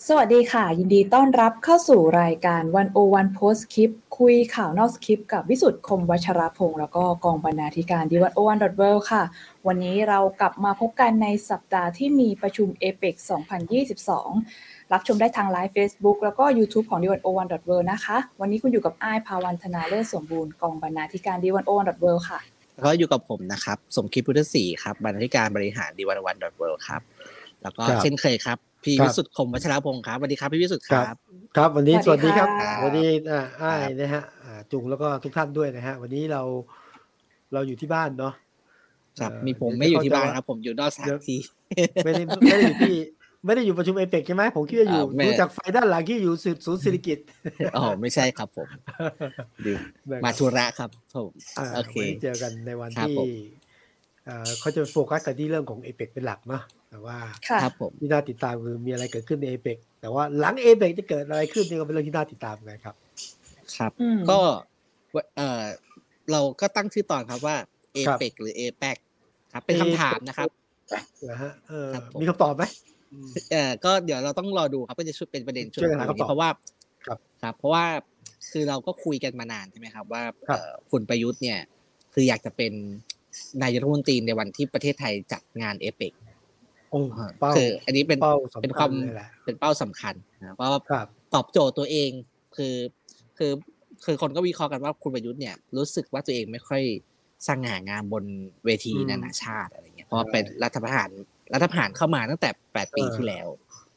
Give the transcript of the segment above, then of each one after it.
สวัสดีค่ะยินดีต้อนรับเข้าสู่รายการ101 Post คลิปคุยข่าวนอกสคริปต์กับวิสุทธิ์คมวัชรพงษ์แล้วก็กองบรรณาธิการดี101.world ค่ะวันนี้เรากลับมาพบกันในสัปดาห์ที่มีประชุม APEC 2022รับชมได้ทางไลฟ์ Facebook แล้วก็ YouTube ของD101.world นะคะวันนี้คุณอยู่กับอ้ายภาวันธนาเลิศสมบูรณ์กองบรรณาธิการ D101.world ค่ะแล้วก็อยู่กับผมนะครับสมคิดพุทธศรีครับบรรณาธิการบริหาร D101.world ครับแล้วก็เช่นเคยครับพี่วิสุทธิ์คมวัชรพงษ์ครับสวัสดีครับพี่วิสุทธิ์ครับครับวันนี้สวัสดีครับวันนี้อ้ายนะฮะจุงแล้วก็ทุกท่านด้วยนะฮะวันนี้เราอยู่ที่บ้านเนาะครับมีผมไม่อยู่ที่บ้านครับผมอยู่นอกสถานที่ไม่ได้อยู่ที่ไม่ได้อยู่ประชุมเอเปกใช่ไหมผมคิดว่าอยู่ดูจากไฟด้านหลังที่อยู่ศูนย์เศรษฐกิจอ๋อไม่ใช่ครับผมมาธุระครับผมโอเคเจอกันในวันที่เขาจะโฟกัสกันที่เรื่องของเอเปกเป็นหลักเนาะแต่ว่าที่น่าติดตามคือมีอะไรเกิดขึ้นในเอเปกแต่ว่าหลังเอเปกจะเกิดอะไรขึ้นนี่ก็เป็นเรื่องที่น่าติดตามนะครับครับก็เราก็ตั้งชื่อตอนครับว่าเอเปกหรือเอแปกครับเป็นคำถามนะครับนะฮะมีคำตอบไหมก็เดี๋ยวเราต้องรอดูครับก็จะช่วยเป็นประเด็นช่วงนี้เพราะว่าครับเพราะว่าคือเราก็คุยกันมานานใช่ไหมครับว่าคุณประยุทธ์เนี่ยคืออยากจะเป็นนายกรัฐมนตรีในวันที่ประเทศไทยจัดงานเอเปกคืออันนี้เป็นความเป็นเป้าสำคัญนะเพราะตอบโจทย์ตัวเองคือคนก็วิเคราะห์กันว่าคุณประยุทธ์เนี่ยรู้สึกว่าตัวเองไม่ค่อยสง่างามบนเวทีนานาชาติอะไรเงี้ยเพราะเป็นรัฐประหารเข้ามาตั้งแต่8ปีที่แล้ว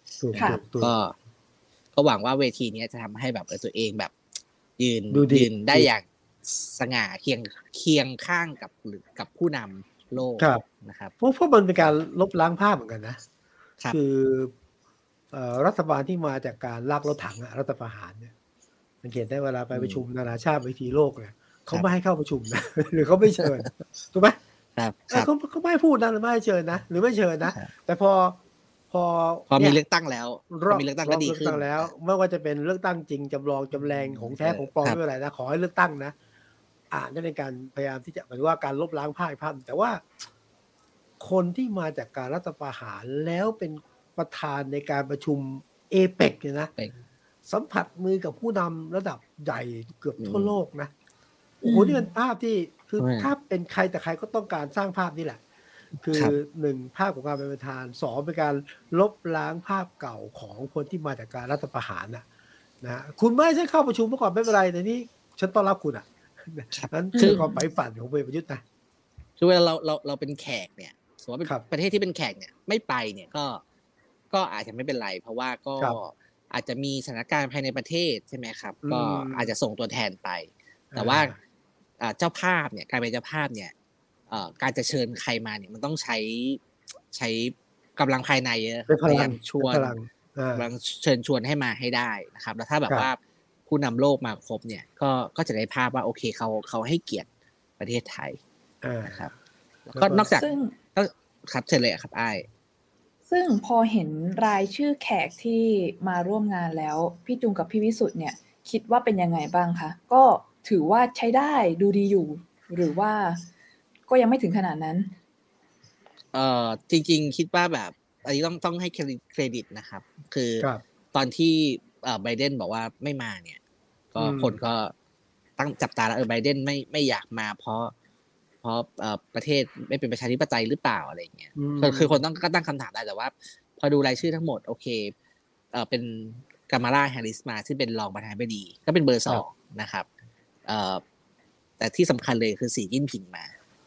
ก็หวังว่าเวทีนี้จะทำให้แบบตัวเองแบบยืนได้อย่างสง่าเคียงข้างกับผู้นำโลกนะครับเพราะมันเป็นการลบล้างภาพเหมือนกันนะคือรัฐบาลที่มาจากการลากรถถังรัฐประหารเนี่ยสังเกตได้เวลาไปประชุมนานาชาติเวทีโลกเนี่ยเขาไม่ให้เข้าประชุมนะหรือเขาไม่เชิญถูกไหมเขาไม่พูดนะหรือไม่เชิญนะหรือไม่เชิญนะแต่พอมีเลือกตั้งแล้วมีเลือกตั้งก็ดีขึ้นแล้วไม่ว่าจะเป็นเลือกตั้งจริงจำลองจำแรงของแท้ของปลอมไม่เป็นไรนะขอให้เลือกตั้งนะนั่นเป็นการพยายามที่จะหมายว่าการลบล้างภาพแต่ว่าคนที่มาจากการรัฐประหารแล้วเป็นประธานในการประชุมเอเปกเนี่ยนะสัมผัสมือกับผู้นำระดับใหญ่เกือบทั่วโลกนะโอ้โหนี่เป็นภาพที่คือถ้าเป็นใครแต่ใครก็ต้องการสร้างภาพนี่แหละคือ1ภาพของการเป็นประธาน2เป็นการลบล้างภาพเก่าของคนที่มาจากการรัฐประหารนะคุณไม่ใช่เข้าประชุมเมื่อก่อนไม่เป็นไรแต่นี่ฉันต้อนรับคุณนั้นคือความใฝ่ฝันของพลเอกประยุทธ์นะคือเวลาเราเป็นแขกเนี่ยสมมติว่าเป็นประเทศที่เป็นแขกเนี่ยไม่ไปเนี่ยก็อาจจะไม่เป็นไรเพราะว่าก็อาจจะมีสถานการณ์ภายในประเทศใช่ไหมครับก็อาจจะส่งตัวแทนไปแต่ว่าเจ้าภาพเนี่ยการเป็นเจ้าภาพเนี่ยการจะเชิญใครมาเนี่ยมันต้องใช้กำลังภายในพยายามชวนเชิญชวนให้มาให้ได้นะครับแล้วถ้าแบบว่าผู้นำโลกมาครบเนี่ยก็จะได้ภาพว่าโอเคเขาให้เกียรติประเทศไทยนะครับแล้วก็นอกจากครับเชิญเลยครับอ้ายซึ่งพอเห็นรายชื่อแขกที่มาร่วมงานแล้วพี่จุงกับพี่วิสุทธ์เนี่ยคิดว่าเป็นยังไงบ้างคะก็ถือว่าใช้ได้ดูดีอยู่หรือว่าก็ยังไม่ถึงขนาดนั้นจริงๆคิดว่าแบบอันนี้ต้องให้เครดิตนะครับคือตอนที่ไบเดนบอกว่าไม่มาเนี่ยก็คนก็ตั้งจับตาแล้วไบเดนไม่อยากมาเพราะประเทศไม่เป็นประชาธิปไตยหรือเปล่าอะไรเงี้ยคือคนก็ตั้งคำถามได้แต่ว่าพอดูรายชื่อทั้งหมดโอเคเป็นกามาลาแฮร์ริสมาซึ่งเป็นรองประธานาธิบดีก็เป็นเบอร์2นะครับแต่ที่สำคัญเลยคือสีจิ้นผิงมา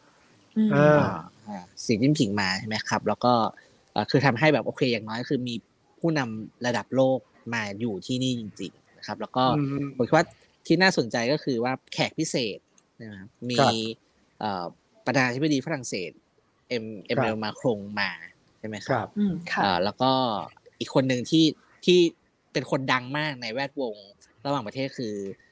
สีจิ้นผิงมาใช่ไหมครับแล้วก็คือทำให้แบบโอเคอย่างน้อยคือมีผู้นำระดับโลกมาอยู่ที่นี่จริงๆนะครับแล้วก็ผมคิดว่าที่น่าสนใจก็คือว่าแขกพิเศษนะครับมีประธานาธิบดีฝรั่งเศสเอมเมลมาครงมาใช่ไหมครับแล้วก็อีกคนหนึ่งที่เป็นคนดังมากในแวดวงระหว่างประเทศคือ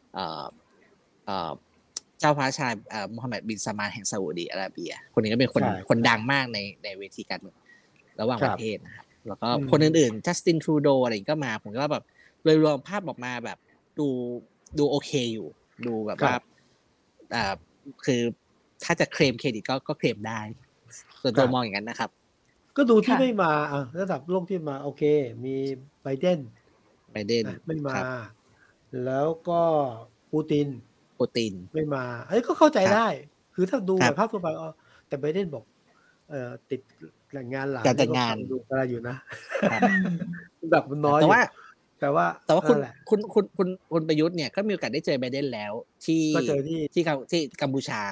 เจ้าพระชายมูฮัมหมัดบินซาลมานแห่งซาอุดิอาระเบียคนนี้ก็เป็นคนดังมากในเวทีการเมืองระหว่างประเทศนะครับแล้วก็คนอื่นๆจัสตินทรูโดอะไรก็มาผมก็แบบเลยรวมภาพออกมาแบบดูโอเคอยู่ดูแบบว่าคือถ้าจะเคลมเครดิตก็เคลมได้ส่วนตัวมองอย่างนั้นนะครับก็ดูที่ไม่มาระดับโลกที่มาโอเคมีไบเดนไบเดนไม่มาครับแล้วก็ปูตินไม่มาก็เข้าใจได้คือถ้าดูแบบภาพทั่วไปแต่ไบเดนบอกติดแรงงานหลานแต่งงานดูอะไรอยู่นะแบบมันน้อยแต่ว่าคุณประยุทธ์เนี่ยก็มีโอกาสได้เจอไบเดนแล้วที่กัมพูชา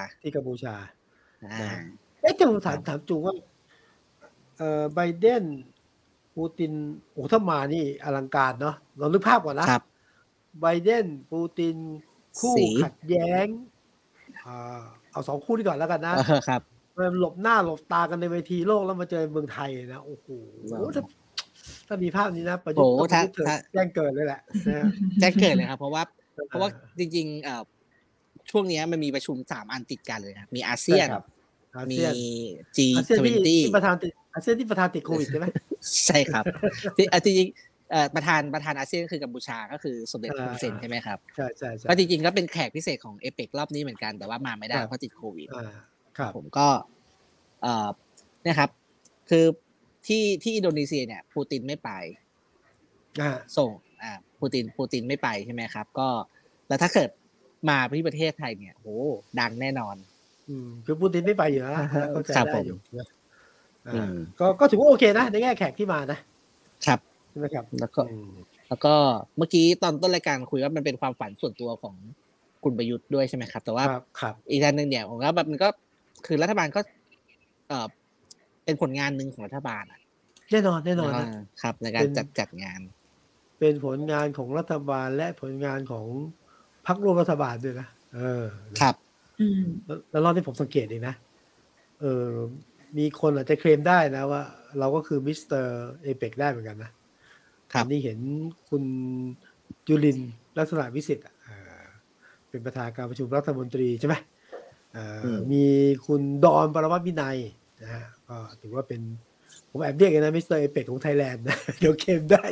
จะถามจูว่าไบเดนปูตินถ้ามานี่อลังการเนาะเรานึกภาพก่อนนะไบเดนปูตินคู่ขัดแย้งเอา2คู่นี้ก่อนแล้วกันนะครับมันหลบหน้าหลบตากันในเวทีโลกแล้วมาเจอเมืองไทยนะโอ้โหถ้ามีภาพนี้นะประยุทธ์แจ้งเกิดเลยแหละแจ้งเกิดเลยครับเพราะว่าจริงๆช่วงนี้มันมีประชุม3อันติดกันเลยครับมีอาเซียนมี G20 ที่ประธานติดโควิดใช่ไหมใช่ครับจริงๆประธานอาเซียนคือกัมพูชาก็คือสมเด็จฮุนเซนใช่ไหมครับใช่ก็จริงๆก็เป็นแขกพิเศษของเอเปกรอบนี้เหมือนกันแต่ว่ามาไม่ได้เพราะติดโควิดผมก็เนี่ยครับคือที่อินโดนีเซียเนี่ยปูตินไม่ไปส่งปูตินไม่ไปใช่ไหมครับก็แล้วถ้าเกิดมาที่ประเทศไทยเนี่ยโหดังแน่นอนคือปูตินไม่ไปอยู่นะเข้าใจได้อยู่ก็ถือว่าโอเคนะในแง่แขกที่มานะครับใช่ไหมครับแล้วก็เมื่อกี้ตอนต้นรายการคุยว่ามันเป็นความฝันส่วนตัวของคุณประยุทธ์ด้วยใช่ไหมครับแต่ว่าอีกด้านนึงเนี่ยผมว่าแบบมันก็คือรัฐบาลก็เป็นผลงานหนึ่งของรัฐบาลแน่นอนนะครับในการจัดงานเป็นผลงานของรัฐบาลและผลงานของพรรคร่วมรัฐบาลด้วยนะครับแล้วรอบที่ผมสังเกตเองนะมีคนอาจจะเคลมได้นะว่าเราก็คือมิสเตอร์เอเปกได้เหมือนกันนะครับนี่เห็นคุณจุลินทร์ลักษณะวิสิทธิ์เป็นประธานการประชุมรัฐมนตรีใช่ไหมมีคุณดอนปรมัตถ์วินัยนะฮะก็ถือว่าเป็นผมแอบเรียกนะมิสเตอร์เอเปกของไทยแลนด์นะเดี๋ยวเคลมได้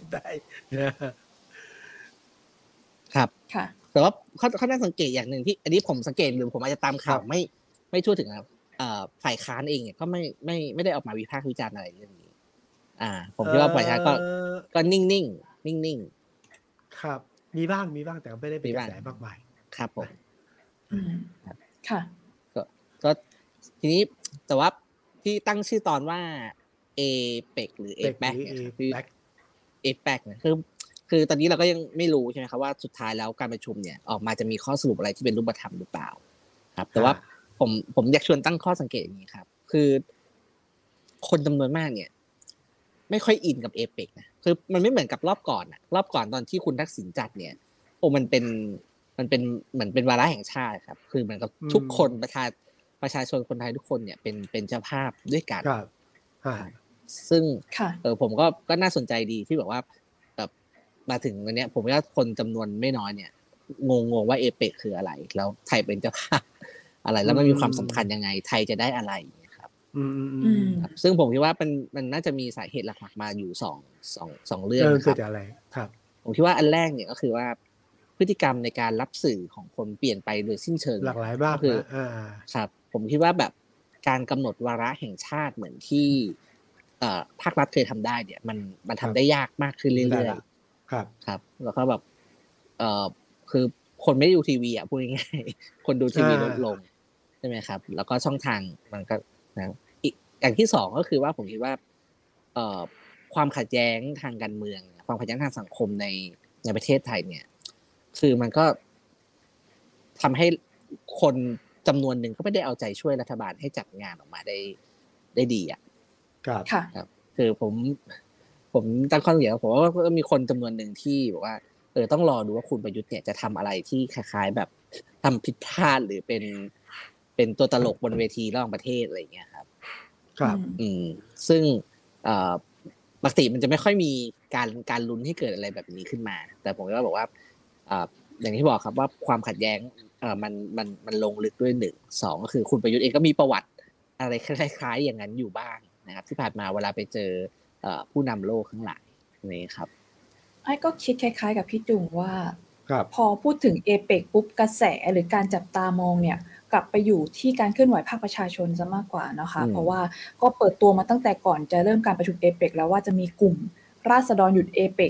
นะครับแต่ว่าเขาน่าสังเกตอย่างหนึ่งที่อันนี้ผมสังเกตหรือผมอาจจะตามข่าวไม่ทั่วถึงครับฝ่ายค้านเองเนี่ยก็ไม่ได้ออกมาวิพากษ์วิจารณ์อะไรเรื่องนี้ผมคิดว่าฝ่ายค้านก็นิ่งครับมีบ้างแต่ไม่ได้เป็นกระแสมากมายครับผมค่ะก็ทีนี้แต่ว่าที่ตั้งชื่อตอนว่า APEC หรือ APEC APEC เนี่ยคือตอนนี้เราก็ยังไม่รู้ใช่ไหมครับว่าสุดท้ายแล้วการประชุมเนี่ยออกมาจะมีข้อสรุปอะไรที่เป็นรูปธรรมหรือเปล่าครับแต่ว่าผมอยากชวนตั้งข้อสังเกตอย่างนี้ครับคือคนจำนวนมากเนี่ยไม่ค่อยอินกับ APEC นะคือมันไม่เหมือนกับรอบก่อนตอนที่คุณทักษิณจัดเนี่ยมันเป็นเหมือนเป็นวาระแห่งชาติครับคือเหมือนกับทุกคนประชาชนคนไทยทุกคนเนี่ยเป็นเจ้าภาพด้วยกันซึ่งผมก็น่าสนใจดีที่บอกว่าแบบมาถึงวันนี้ผมว่าคนจำนวนไม่น้อยเนี่ยงงว่า APEC คืออะไรแล้วไทยเป็นเจ้าภาพอะไรแล้วมันมีความสำคัญยังไงไทยจะได้อะไรครับซึ่งผมคิดว่ามันน่าจะมีสาเหตุหลักๆมาอยู่สองเรื่องนะครับอะไรครับผมคิดว่าอันแรกเนี่ยก็คือว่าพฤติกรรมในการรับสื่อของคนเปลี่ยนไปโดยสิ้นเชิงหลากหลายมากครับผมคิดว่าแบบการกำหนดวาระแห่งชาติเหมือนที่ภาครัฐเคยทำได้เนี่ยมันทำได้ยากมากขึ้นเรื่อยๆครับแล้วก็แบบคือคนไม่ได้ดูทีวีพูดง่ายๆคนดูทีวีลดลงใช่ไหมครับแล้วก็ช่องทางมันก็นะอีกอย่างที่สองก็คือว่าผมคิดว่าความขัดแย้งทางการเมืองความขัดแย้งทางสังคมในประเทศไทยเนี่ยคือมันก็ทำให้คนจำนวนหนึ่งก็ไม่ได้เอาใจช่วยรัฐบาลให้จัดงานออกมาได้ดีครับคือผมตั้งข้อสังเกตว่าผมว่าก็มีคนจำนวนหนึ่งที่บอกว่าต้องรอดูว่าคุณประยุทธ์เนี่ยจะทำอะไรที่คล้ายๆแบบทำผิดพลาดหรือเป็นตัวตลกบนเวทีระหว่างประเทศอะไรอย่างเงี้ยครับซึ่งปกติมันจะไม่ค่อยมีการลุ้นให้เกิดอะไรแบบนี้ขึ้นมาแต่ผมก็บอกว่าอย่างที่บอกครับว่าความขัดแย้งมันลงลึกด้วย1 2ก็คือคุณประยุทธ์เองก็มีประวัติอะไรคล้ายๆอย่างนั้นอยู่บ้างนะครับที่ผ่านมาเวลาไปเจอผู้นำโลกข้างหลังนี่ครับไอ้ก็คิดคล้ายๆกับพี่จุงว่าพอพูดถึงเอเปกปุ๊บกระแสหรือการจับตามองเนี่ยกลับไปอยู่ที่การเคลื่อนไหวภาคประชาชนซะมากกว่านะคะเพราะว่าก็เปิดตัวมาตั้งแต่ก่อนจะเริ่มการประชุมเอเปกแล้วว่าจะมีกลุ่มราษฎรหยุดเอเปก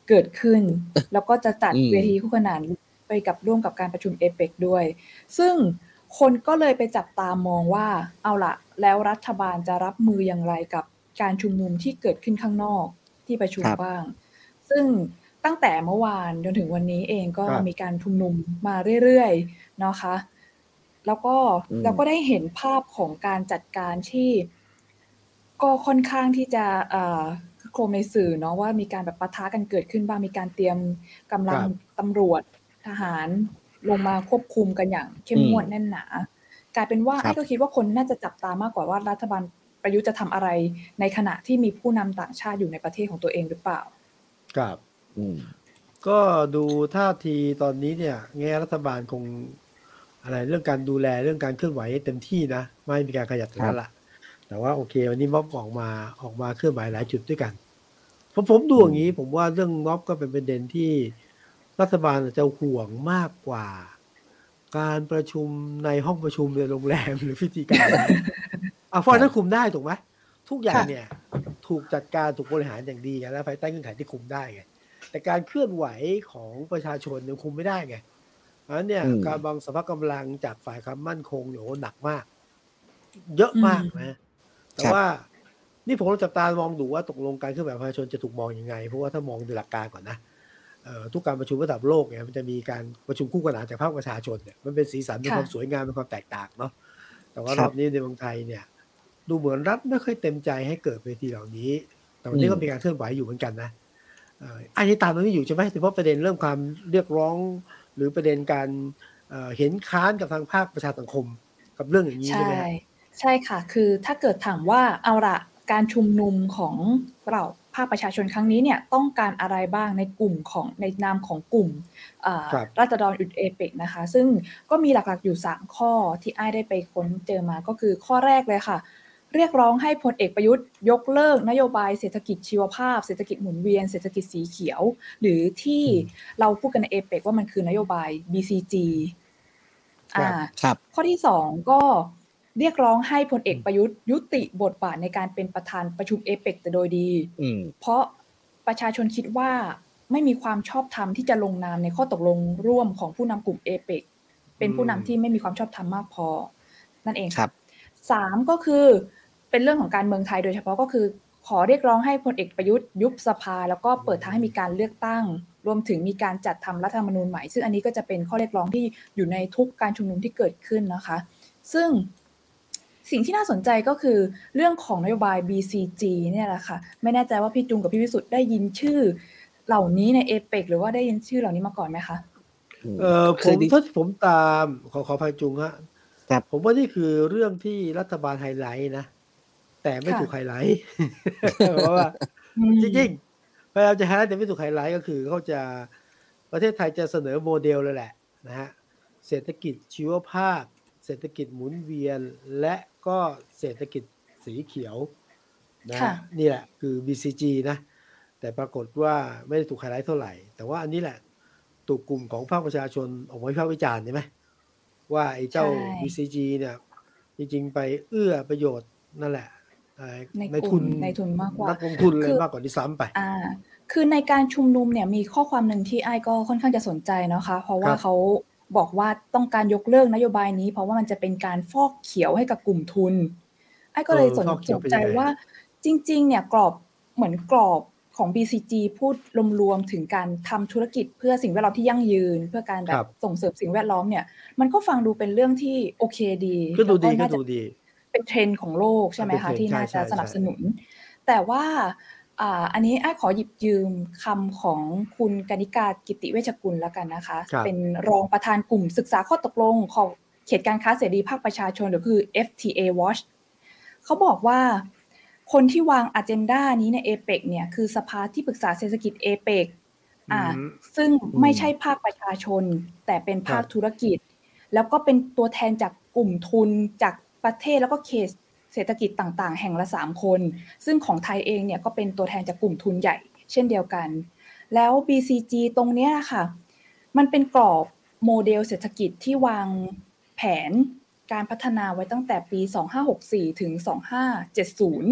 เกิดขึ้น แล้วก็จะจัดอืมเวทีคู่ขนานไปกับร่วมกับการประชุมเอเปกด้วย ซึ่งคนก็เลยไปจับตามองว่าเอาล่ะแล้วรัฐบาลจะรับมืออย่างไรกับการชุมนุมที่เกิดขึ้นข้างนอกที่ประชุมครับบ้าง ซึ่งตั้งแต่เมื่อวานจนถึงวันนี้เองก็ครับมีการชุมนุมมาเรื่อยๆนะคะ แล้วก็อืมเราก็ได้เห็นภาพของการจัดการที่ก็ค่อนข้างที่จะโคมในสื่อเนาะว่ามีการแบบปะทะกันเกิดขึ้นบ้างมีการเตรียมกำลังครับตำรวจทหารลงมาควบคุมกันอย่างเข้มงวดแน่นหนา กลายเป็นว่าครับไอ้ก็คิดว่าคนน่าจะจับตามากกว่าว่ารัฐบาลประยุทธ์จะทำอะไรในขณะที่มีผู้นำต่างชาติอยู่ในประเทศของตัวเองหรือเปล่าครับอืมก็ดูท่าทีตอนนี้เนี่ยแง่รัฐบาลคงอะไรเรื่องการดูแลเรื่องการเคลื่อนไหวเต็มที่นะไม่มีการขยับตรงนั้นละแต่ว่าโอเควันนี้ม็อบออกมาเคลื่อนไหวหลายจุดด้วยกันผมดูอย่างนี้ผมว่าเรื่องม็อบก็เป็นประเด็นที่รัฐบาลจะห่วงมากกว่า การประชุมในห้องประชุมในโรงแรมหรือพิธีการเพราะนั้นคุมได้ถูกไหมทุกอย่างเนี่ยถูกจัดการถูกบริหารอย่างดีไงแล้วภายใต้เงื่อนไขที่คุมได้ไงแต่การเคลื่อนไหวของประชาชนยังคุมไม่ได้ไงเพราะฉะนั้นเนี่ยอืมการบังสภาพกำลังจากฝ่ายความมั่นคงเนี่ยโอ้หนักมาก เยอะมากนะแต่ว่านี่ผมจับตามองดูว่าตกลงการเคลื่อนไหวประชาชนจะถูกมองยังไงเพราะว่าถ้ามองโดยหลักการก่อนนะทุกการประชุมระดับโลกเนี่ยมันจะมีการประชุมคู่ขนานจากภาคประชาชนเนี่ยมันเป็นสีสันเป็นความสวยงามเป็นความแตกต่างเนาะแต่ว่ารอบนี้ในเมืองไทยเนี่ยดูเหมือนรัฐไม่ค่อยเต็มใจให้เกิดเวทีเหล่านี้แต่วันนี้ก็มีการเคลื่อนไหวอยู่เหมือนกันนะอันนี้ตามตรงนี้อยู่ใช่ไหมเฉพาะประเด็นเรื่องความเรียกร้องหรือประเด็นการเห็นค้านกับทางภาคประชาสังคมกับเรื่องอย่างนี้ใช่ไหมใช่ค่ะคือถ้าเกิดถามว่าเอาละการชุมนุมของเราภาคประชาชนครั้งนี้เนี่ยต้องการอะไรบ้างในกลุ่มของในนามของกลุ่มราษฎรอุ่นเอเปกนะคะซึ่งก็มีหลักๆอยู่3ข้อที่อ้ายได้ไปค้นเจอมาก็คือข้อแรกเลยค่ะเรียกร้องให้พลเอกประยุทธ์ยกเลิกนโยบายเศรษฐกิจชีวภาพเศรษฐกิจหมุนเวียนเศรษฐกิจสีเขียวหรือที่เราพูดกันในเอเปกว่ามันคือนโยบาย BCG ข้อที่2ก็เรียกร้องให้พลเอกประยุทธ์ยุติบทบาทในการเป็นประธานประชุมเอเปกแต่โดยดีเพราะประชาชนคิดว่าไม่มีความชอบธรรมที่จะลงนามในข้อตกลงร่วมของผู้นำกลุ่มเอเปกเป็นผู้นำที่ไม่มีความชอบธรรมมากพอนั่นเองครับ3ก็คือเป็นเรื่องของการเมืองไทยโดยเฉพาะก็คือขอเรียกร้องให้พลเอกประยุทธ์ยุบสภาแล้วก็เปิดทางให้มีการเลือกตั้งรวมถึงมีการจัดทำรัฐธรรมนูญใหม่ซึ่งอันนี้ก็จะเป็นข้อเรียกร้องที่อยู่ในทุกการชุมนุมที่เกิดขึ้นนะคะซึ่งสิ่งที่น่าสนใจก็คือเรื่องของนโยบาย BCG เนี่ยแหละค่ะไม่แน่ใจว่าพี่จุงกับพี่วิสุทธ์ได้ยินชื่อเหล่านี้ในเอเปกหรือว่าได้ยินชื่อเหล่านี้มาก่อนไหมคะผมตามขออภัยจุงฮะผมว่านี่คือเรื่องที่รัฐบาลไฮไลท์นะแต่ไม่ถูกไฮไลท์เพราะว่าจริงๆพยายามจะไฮไลท์แต่ไม่ถูกไฮไลท์ก็คือเขาจะประเทศไทยจะเสนอโมเดลเลยแหละนะฮะเศรษฐกิจชีวภาพเศรษฐกิจหมุนเวียนและก็เศรษฐกิจสีเขียวนะนี่แหละคือ BCG นะแต่ปรากฏว่าไม่ได้ถูกไฮไลท์เท่าไหร่แต่ว่าอันนี้แหละถูกกลุ่มของภาคประชาชนออกมาวิพากษ์วิจารณ์ใช่ไหมว่าไอ้เจ้า BCG เนี่ยจริงๆไปเอื้อประโยชน์นั่นแหละในทุนมากกว่านักลงทุนเลยมากกว่าที่ซ้ำไปคือในการชุมนุมเนี่ยมีข้อความหนึ่งที่ไอ้ก็ค่อนข้างจะสนใจนะคะเพราะว่าเขาบอกว่าต้องการยกเลิกนโยบายนี้เพราะว่ามันจะเป็นการฟอกเขียวให้กับกลุ่มทุนไอ้ก็เลยสนใจว่าจริงๆเนี่ยกรอบของ BCG พูดรวมๆถึงการทำธุรกิจเพื่อสิ่งแวดล้อมที่ยั่งยืนเพื่อการแบบส่งเสริมสิ่งแวดล้อมเนี่ยมันก็ฟังดูเป็นเรื่องที่โอเคดีก็ดูดีเป็นเทรนด์ของโลกใช่ไหมคะที่น่าจะสนับสนุนแต่ว่าอันนี้ขอหยิบยืมคำของคุณกนิกากิติเวชกุลแล้วกันนะคะเป็นรองประธานกลุ่มศึกษาข้อตกลงของเขตการค้าเสรีภาคประชาชนหรือคือ FTA Watch เขาบอกว่าคนที่วางอเจนดานี้ในเอเปกเนี่ยคือสภาที่ปรึกษาเศรษฐกิจเอเปกซึ่งไม่ใช่ภาคประชาชนแต่เป็นภาคธุรกิจแล้วก็เป็นตัวแทนจากกลุ่มทุนจากประเทศแล้วก็เขตเศรษฐกิจต่างๆแห่งละ3คนซึ่งของไทยเองเนี่ยก็เป็นตัวแทนจากกลุ่มทุนใหญ่เช่นเดียวกันแล้ว BCG ตรงนี้ค่ะมันเป็นกรอบโมเดลเศรษฐกิจที่วางแผนการพัฒนาไว้ตั้งแต่ปี2564ถึง2570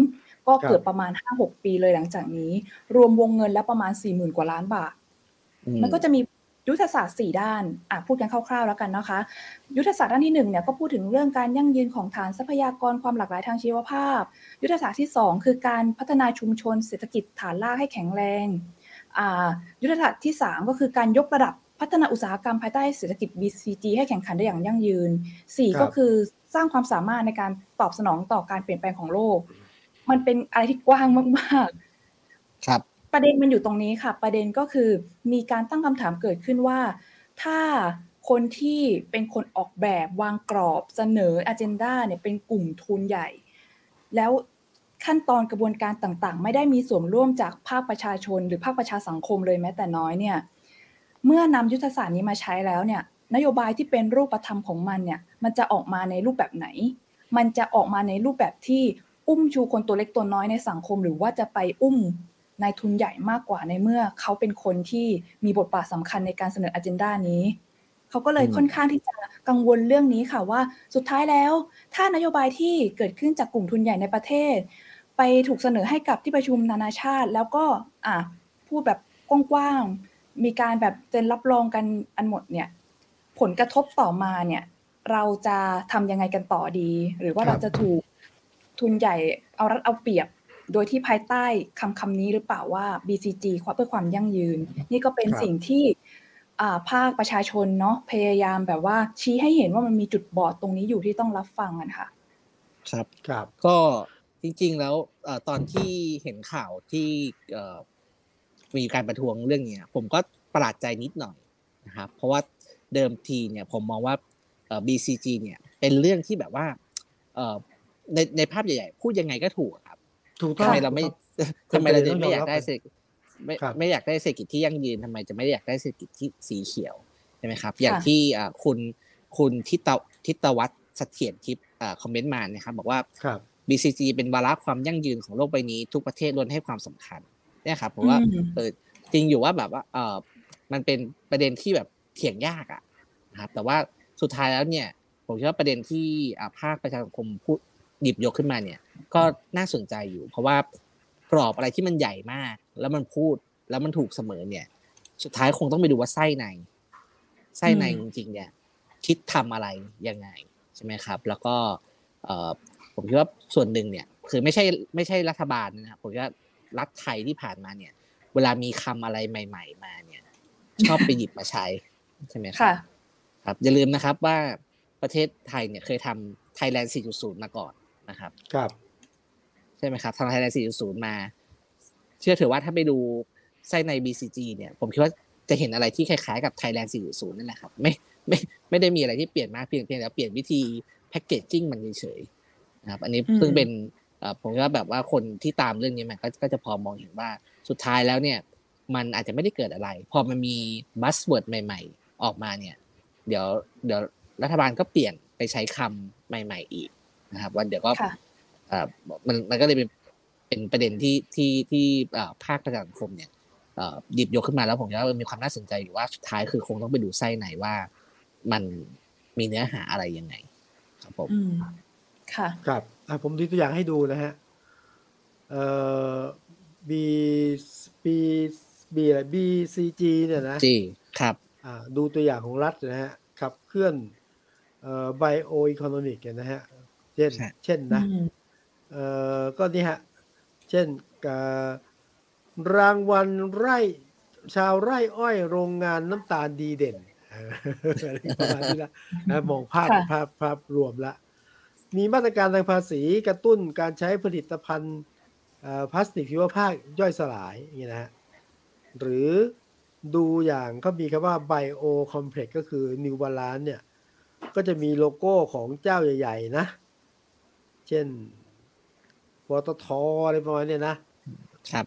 ก็เกิดประมาณ 5-6 ปีเลยหลังจากนี้รวมวงเงินแล้วประมาณ 40,000 กว่าล้านบาทมันก็จะมียุทธศาสตร์4ด้านพูดกันคร่าวๆแล้วกันนะคะยุทธศาสตร์ด้านที่1เนี่ยก็พูดถึงเรื่องการยั่งยืนของฐานทรัพยากรความหลากหลายทางชีวภาพยุทธศาสตร์ที่2คือการพัฒนาชุมชนเศรษฐกิจฐานรากให้แข็งแรงยุทธศาสตร์ที่3ก็คือการยกระดับพัฒนาอุตสาหกรรมภายใต้เศรษฐกิจ BCG ให้แข่งขันได้อย่างยั่งยืน4ก็คือสร้างความสามารถในการตอบสนองต่อการเปลี่ยนแปลงของโลกมันเป็นอะไรที่กว้างมากๆครับประเด็นมันอยู่ตรงนี้ค่ะประเด็นก็คือมีการตั้งคำถามเกิดขึ้นว่าถ้าคนที่เป็นคนออกแบบวางกรอบเสนอ agenda เนี่ยเป็นกลุ่มทุนใหญ่แล้วขั้นตอนกระบวนการต่างๆไม่ได้มีส่วนร่วมจากภาคประชาชนหรือภาคประชาสังคมเลยแม้แต่น้อยเนี่ยเมื่อนำยุทธศาสตร์นี้มาใช้แล้วเนี่ยนโยบายที่เป็นรูปธรรมของมันเนี่ยมันจะออกมาในรูปแบบไหนมันจะออกมาในรูปแบบที่อุ้มชูคนตัวเล็กตัวน้อยในสังคมหรือว่าจะไปอุ้มนายทุนใหญ่มากกว่าในเมื่อเขาเป็นคนที่มีบทบาทสำคัญในการเสนอ agenda นี้เขาก็เลยค่อนข้างที่จะกังวลเรื่องนี้ค่ะว่าสุดท้ายแล้วถ้านโยบายที่เกิดขึ้นจากกลุ่มทุนใหญ่ในประเทศไปถูกเสนอให้กับที่ประชุมนานาชาติแล้วก็พูดแบบกว้างๆมีการแบบเซ็นรับรองกันอันหมดเนี่ยผลกระทบต่อมาเนี่ยเราจะทำยังไงกันต่อดีหรือว่าเราจะถูกทุนใหญ่เอารัดเอาเปรียบโดยที่ภายใต้คำนี้หรือเปล่าว่า BCG เพื่อความยั่งยืนนี่ก็เป็นสิ่งที่ภาคประชาชนเนาะพยายามแบบว่าชี้ให้เห็นว่ามันมีจุดบอดตรงนี้อยู่ที่ต้องรับฟังกันค่ะครับก็จริงๆแล้วตอนที่เห็นข่าวที่มีการประท้วงเรื่องนี้ผมก็ประหลาดใจนิดหน่อยนะครับเพราะว่าเดิมทีเนี่ยผมมองว่าBCG เนี่ยเป็นเรื่องที่แบบว่าในภาพใหญ่ๆพูดยังไงก็ถูกครับทำไมเราไม่อยากได้ไม่อยากได้เศรษฐกิจที่ยั่งยืนทำไมจะไม่อยากได้เศรษฐกิจที่สีเขียวใช่ไหมครับอย่างที่คุณทิตวัฒน์เสถียรทิพย์คอมเมนต์มานะครับบอกว่า BCG เป็นวาระความยั่งยืนของโลกใบนี้ทุกประเทศล้วนให้ความสำคัญเนี่ยครับผมว่าจริงอยู่ว่าแบบว่ามันเป็นประเด็นที่แบบเถียงยากนะครับแต่ว่าสุดท้ายแล้วเนี่ยผมคิดว่าประเด็นที่ภาคประชาสังคมพูดหยิบยกขึ้นมาเนี่ยก็น่าสนใจอยู่เพราะว่ากรอบอะไรที่มันใหญ่มากแล้วมันพูดแล้วมันถูกเสมอเนี่ยสุดท้ายคงต้องไปดูว่าไส้ในจริงๆเนี่ยคิดทำอะไรยังไงใช่ไหมครับแล้วก็ผมคิดว่าส่วนหนึ่งเนี่ยคือไม่ใช่รัฐบาลนะครับผมว่ารัฐไทยที่ผ่านมาเนี่ยเวลามีคำอะไรใหม่ๆมาเนี่ยชอบไปหยิบมาใช้ใช่ไหมครับอย่าลืมนะครับว่าประเทศไทยเนี่ยเคยทำ Thailand 4.0 มาก่อนนะครับใช่ไหมครับทำ Thailand 4.0 มาเชื่อถือว่าถ้าไปดูไส้ใน BCG เนี่ยผมคิดว่าจะเห็นอะไรที่คล้ายๆกับ Thailand 4.0 นั่นแหละครับไม่ได้มีอะไรที่เปลี่ยนมากเพียงแต่เปลี่ยนวิธีแพคเกจจิ้งมันเฉยๆนะครับอันนี้ซึ่งเป็นผมว่าแบบว่าคนที่ตามเรื่องนี้มันก็จะพอมองเห็นว่าสุดท้ายแล้วเนี่ยมันอาจจะไม่ได้เกิดอะไรพอมันมีบัสเวิร์ดใหม่ๆออกมาเนี่ยเดี๋ยวรัฐบาลก็เปลี่ยนไปใช้คำใหม่ๆอีกนะครับวันเดี๋ยวก็มันก็เลยเป็นประเด็นที่ภาคประชาสังคมเนี่ยหยิบยกขึ้นมาแล้วผมว่ามีความน่าสนใจอยู่ว่าสุดท้ายคือคงต้องไปดูไส้ในว่ามันมีเนื้อหาอะไรยังไงครับผมค่ะครับผมดูตัวอย่างให้ดูนะฮะBCG เนี่ยนะครับดูตัวอย่างของรัฐนะฮะขับเคลื่อนbio economic นะฮะเช่นนะก็นี่ฮะเช่นรางวัลชาวไร่อ้อยโรงงานน้ำตาลดีเด่นประมาณนี้นะมองภาพรวมละมีมาตรการทางภาษีกระตุ้นการใช้ผลิตภัณฑ์พลาสติกชีวภาพย่อยสลายอย่างนี้นะฮะหรือดูอย่างเขามีคำว่า Bio Complex ก็คือ New Balance เนี่ยก็จะมีโลโก้ของเจ้าใหญ่ๆนะเช่นปตท.อะไรประมาณนี้นะครับ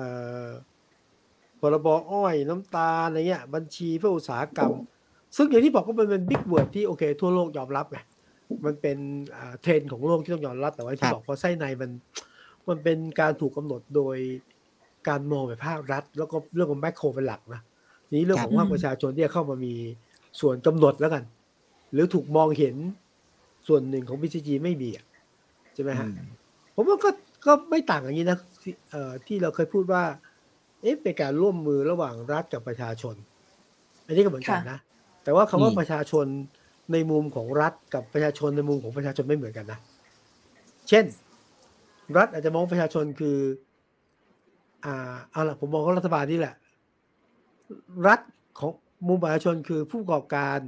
พรบ.อ้อยน้ำตาลอะไรเงี้ยบัญชีเพื่ออุตสาหกรรมซึ่งอย่างที่บอกก็เป็นบิ๊กเวิร์ดที่โอเคทั่วโลกยอมรับไงมันเป็นเทรนด์ของโลกที่ต้องยอมรับแต่ว่าที่บอกพอไส้ในมันเป็นการถูกกำหนดโดยการมองแบบภาครัฐแล้วก็เรื่องของแมคโครเป็นหลักนะนี้เรื่องของภาคประชาชนที่เข้ามามีส่วนกำหนดแล้วกันหรือถูกมองเห็นส่วนหนึ่งของ BCG ไม่มีใช่ไหมฮะผมว่าก็ไม่ต่างอย่างนี้นะที่เราเคยพูดว่าเป็นการร่วมมือระหว่างรัฐกับประชาชนอันนี้ก็เหมือนกันนะแต่ว่าคำว่าประชาชนในมุมของรัฐกับประชาชนในมุมของประชาชนไม่เหมือนกันนะเช่นรัฐอาจจะมองประชาชนคือเอาล่ะผมมองว่ารัฐบาลนี่แหละรัฐของมุมประชาชนคือผู้ประกอบ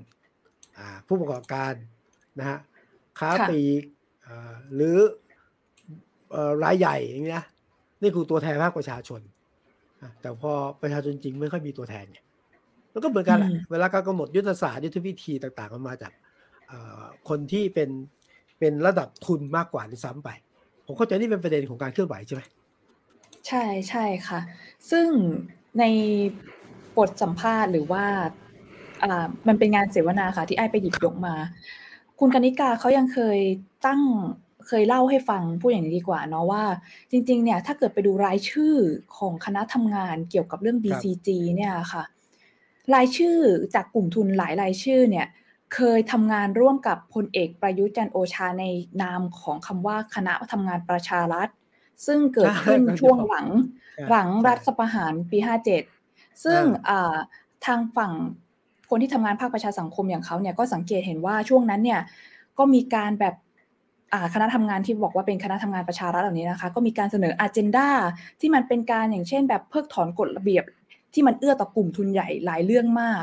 การนะฮะค้าปลีกหรือรายใหญ่อย่างนี้นะนี่คือตัวแทนภาคประชาชนแต่พอประชาชนจริงไม่ค่อยมีตัวแทนไงแล้วก็เหมือนกันแหละเวลาการกำหนดยุทธศาสตร์ยุทธวิธีต่างๆมันมาจากคนที่เป็นระดับทุนมากกว่าด้วยซ้ำไปผมเข้าใจนี่เป็นประเด็นของการเคลื่อนไหวใช่ไหมใช่ใช่ค่ะซึ่งในบทสัมภาษณ์หรือว่ามันเป็นงานเสวนาค่ะที่ไอ้ไปหยิบยกมาคุณกนิกาเขายังเคยเล่าให้ฟังพูดอย่างนี้ดีกว่าเนาะว่าจริงๆเนี่ยถ้าเกิดไปดูรายชื่อของคณะทำงานเกี่ยวกับเรื่อง BCG เนี่ยค่ะรายชื่อจากกลุ่มทุนหลายรายชื่อเนี่ยเคยทำงานร่วมกับพลเอกประยุทธ์จันทร์โอชาในนามของคำว่าคณะทำงานประชารัฐซึ่งเกิดขึ้นช่วงหลังรัฐประหารปี57ซึ่งทางฝั่งคนที่ทำงานภาคประชาสังคมอย่างเขาเนี่ยก็สังเกตเห็นว่าช่วงนั้นเนี่ยก็มีการแบบคณะทำงานที่บอกว่าเป็นคณะทำงานประชารัฐเหล่านี้นะคะก็มีการเสนออเจนดาที่มันเป็นการอย่างเช่นแบบเพิกถอนกฎระเบียบที่มันเอื้อต่อกลุ่มทุนใหญ่หลายเรื่องมาก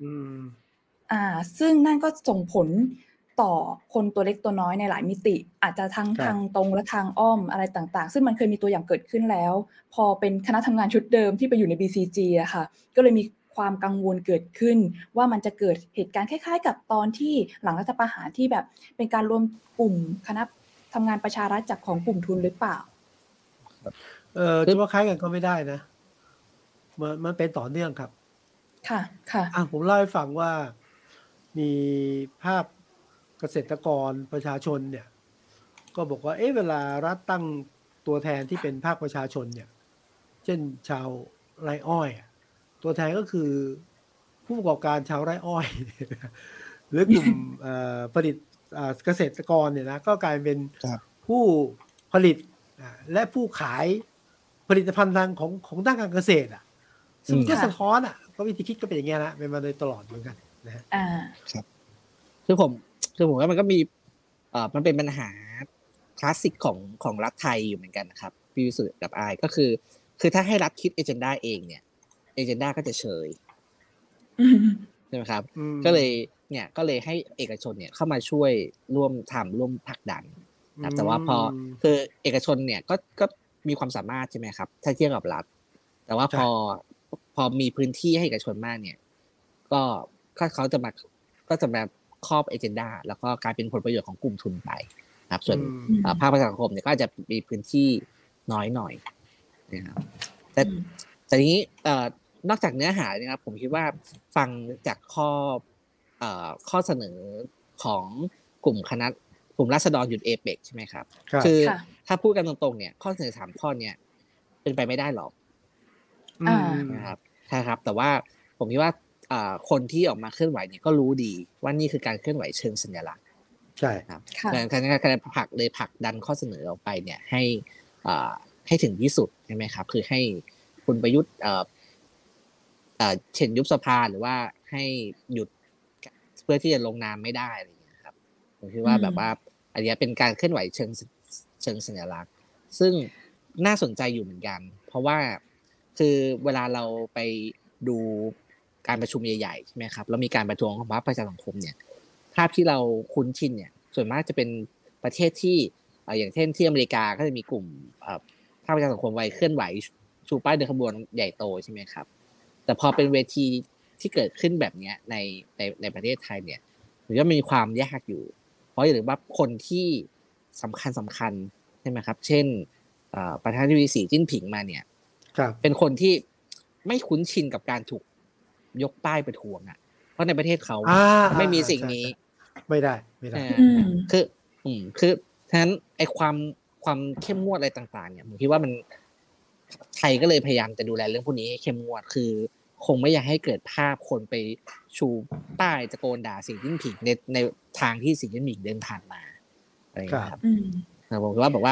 ซึ่งนั่นก็ส่งผลต่อคนตัวเล็กตัวน้อยในหลายมิติอาจจะทั้งทางตรงและทางอ้อมอะไรต่างๆซึ่งมันเคยมีตัวอย่างเกิดขึ้นแล้วพอเป็นคณะทำงานชุดเดิมที่ไปอยู่ใน BCG อะค่ะก็เลยมีความกังวลเกิดขึ้นว่ามันจะเกิดเหตุการณ์คล้ายๆกับตอนที่หลังรัฐประหารที่แบบเป็นการรวมกลุ่มคณะทำงานประชารัฐจากของกลุ่มทุนหรือเปล่าจะว่าคล้ายกันก็ไม่ได้นะมันเป็นต่อเนื่องครับค่ะผมเล่าให้ฟังว่ามีภาพเกษตรกรประชาชนเนี่ยก็บอกว่าเวลารัฐตั้งตัวแทนที่เป็นภาคประชาชนเนี่ยเช่นชาวไร่อ้อยตัวแทนก็คือผู้ประกอบการชาวไร่อ้อยหรือกลุ่มผลิตเกษตรกรเนี่ยนะก็กลายเป็นผู้ผลิตและผู้ขายผลิตภัณฑ์ทางของด้านการเกษตรซึ่งก็สะท้อนก็วิธีคิดก็เป็นอย่างเงี้ยนะเป็นมาโดยตลอดเหมือนกันนะฮะครับคือผมว่ามันก็มีมันเป็นปัญหาคลาสสิกของรัฐไทยอยู่เหมือนกันนะครับพี่วิสุทธิ์กับอายก็คือถ้าให้รัฐคิดเอเจนดาเองเนี่ยเอเจนดาก็จะเฉยใช่ไหมครับก็เลยให้เอกชนเนี่ยเข้ามาช่วยร่วมผลักดันนะแต่ว่าพอคือเอกชนเนี่ยก็มีความสามารถใช่ไหมครับถ้าเทียบกับรัฐแต่ว่าพอมีพื้นที่ให้เอกชนมากเนี่ยก็เขาจะมาครอบเอเจนดาแล้วก็กลายเป็นผลประโยชน์ของกลุ่มทุนไปครับส่วนภาคประชาสังคมเนี่ยก็อาจจะมีพื้นที่น้อยหน่อยนะครับแต่ทีนี้นอกจากเนื้อหาเนี่ยครับผมคิดว่าฟังจากข้อเสนอของกลุ่มราษฎรหยุดเอเปกใช่ไหมครับคือถ้าพูดกันตรงๆเนี่ยข้อเสนอ3ข้อเนี่ยเป็นไปไม่ได้หรอกนะครับใช่ครับแต่ว่าผมคิดว่าคนที่ออกมาเคลื่อนไหวเนี่ยก็รู้ดีว่านี่คือการเคลื่อนไหวเชิงสัญลักษณ์ใช่ครับการผลักดันข้อเสนอออกไปเนี่ยให้ถึงที่สุดใช่ไหมครับคือให้คุณประยุทธ์เช่นยุบสภาหรือว่าให้หยุดเพื่อที่จะลงนามไม่ได้อะไรอย่างเงี้ยครับผมคิดว่าแบบว่าอันนี้เป็นการเคลื่อนไหวเชิงสัญลักษณ์ซึ่งน่าสนใจอยู่เหมือนกันเพราะว่าคือเวลาเราไปดูการประชุมใหญ่ๆใช่ไหมครับแล้วมีการประท้วงของพรรคประชาสังคมเนี่ยภาพที่เราคุ้นชินเนี่ยส่วนมากจะเป็นประเทศที่อย่างเช่นที่อเมริกาก็จะมีกลุ่มภาคประชาสังคมไว้เคลื่อนไหวชูป้ายเดินขบวนใหญ่โตใช่ไหมครับแต่พอเป็นเวทีที่เกิดขึ้นแบบนี้ในประเทศไทยเนี่ยหรือว่ามีความยากอยู่เพราะอย่าลืมว่าคนที่สำคัญใช่ไหมครับเช่นประธานาธิบดีสีจิ้นผิงมาเนี่ยเป็นคนที่ไม่คุ้นชินกับการถูกยกป้ายประท้วงเพราะในประเทศเขาไม่มีสิ่งนี้ไม่ได้คือฉะนั้นไอ้ความเข้มงวดอะไรต่างๆเนี่ยผมคิดว่ามันไทยก็เลยพยายามจะดูแลเรื่องพวกนี้ให้เข้มงวดคือคงไม่อยากให้เกิดภาพคนไปชูป้ายตะโกนด่าสีจิ้นผิงในทางที่สีจิ้นผิงเดินผ่านมาอะไรอย่างเงี้ยครับผมคิดว่าแบบว่า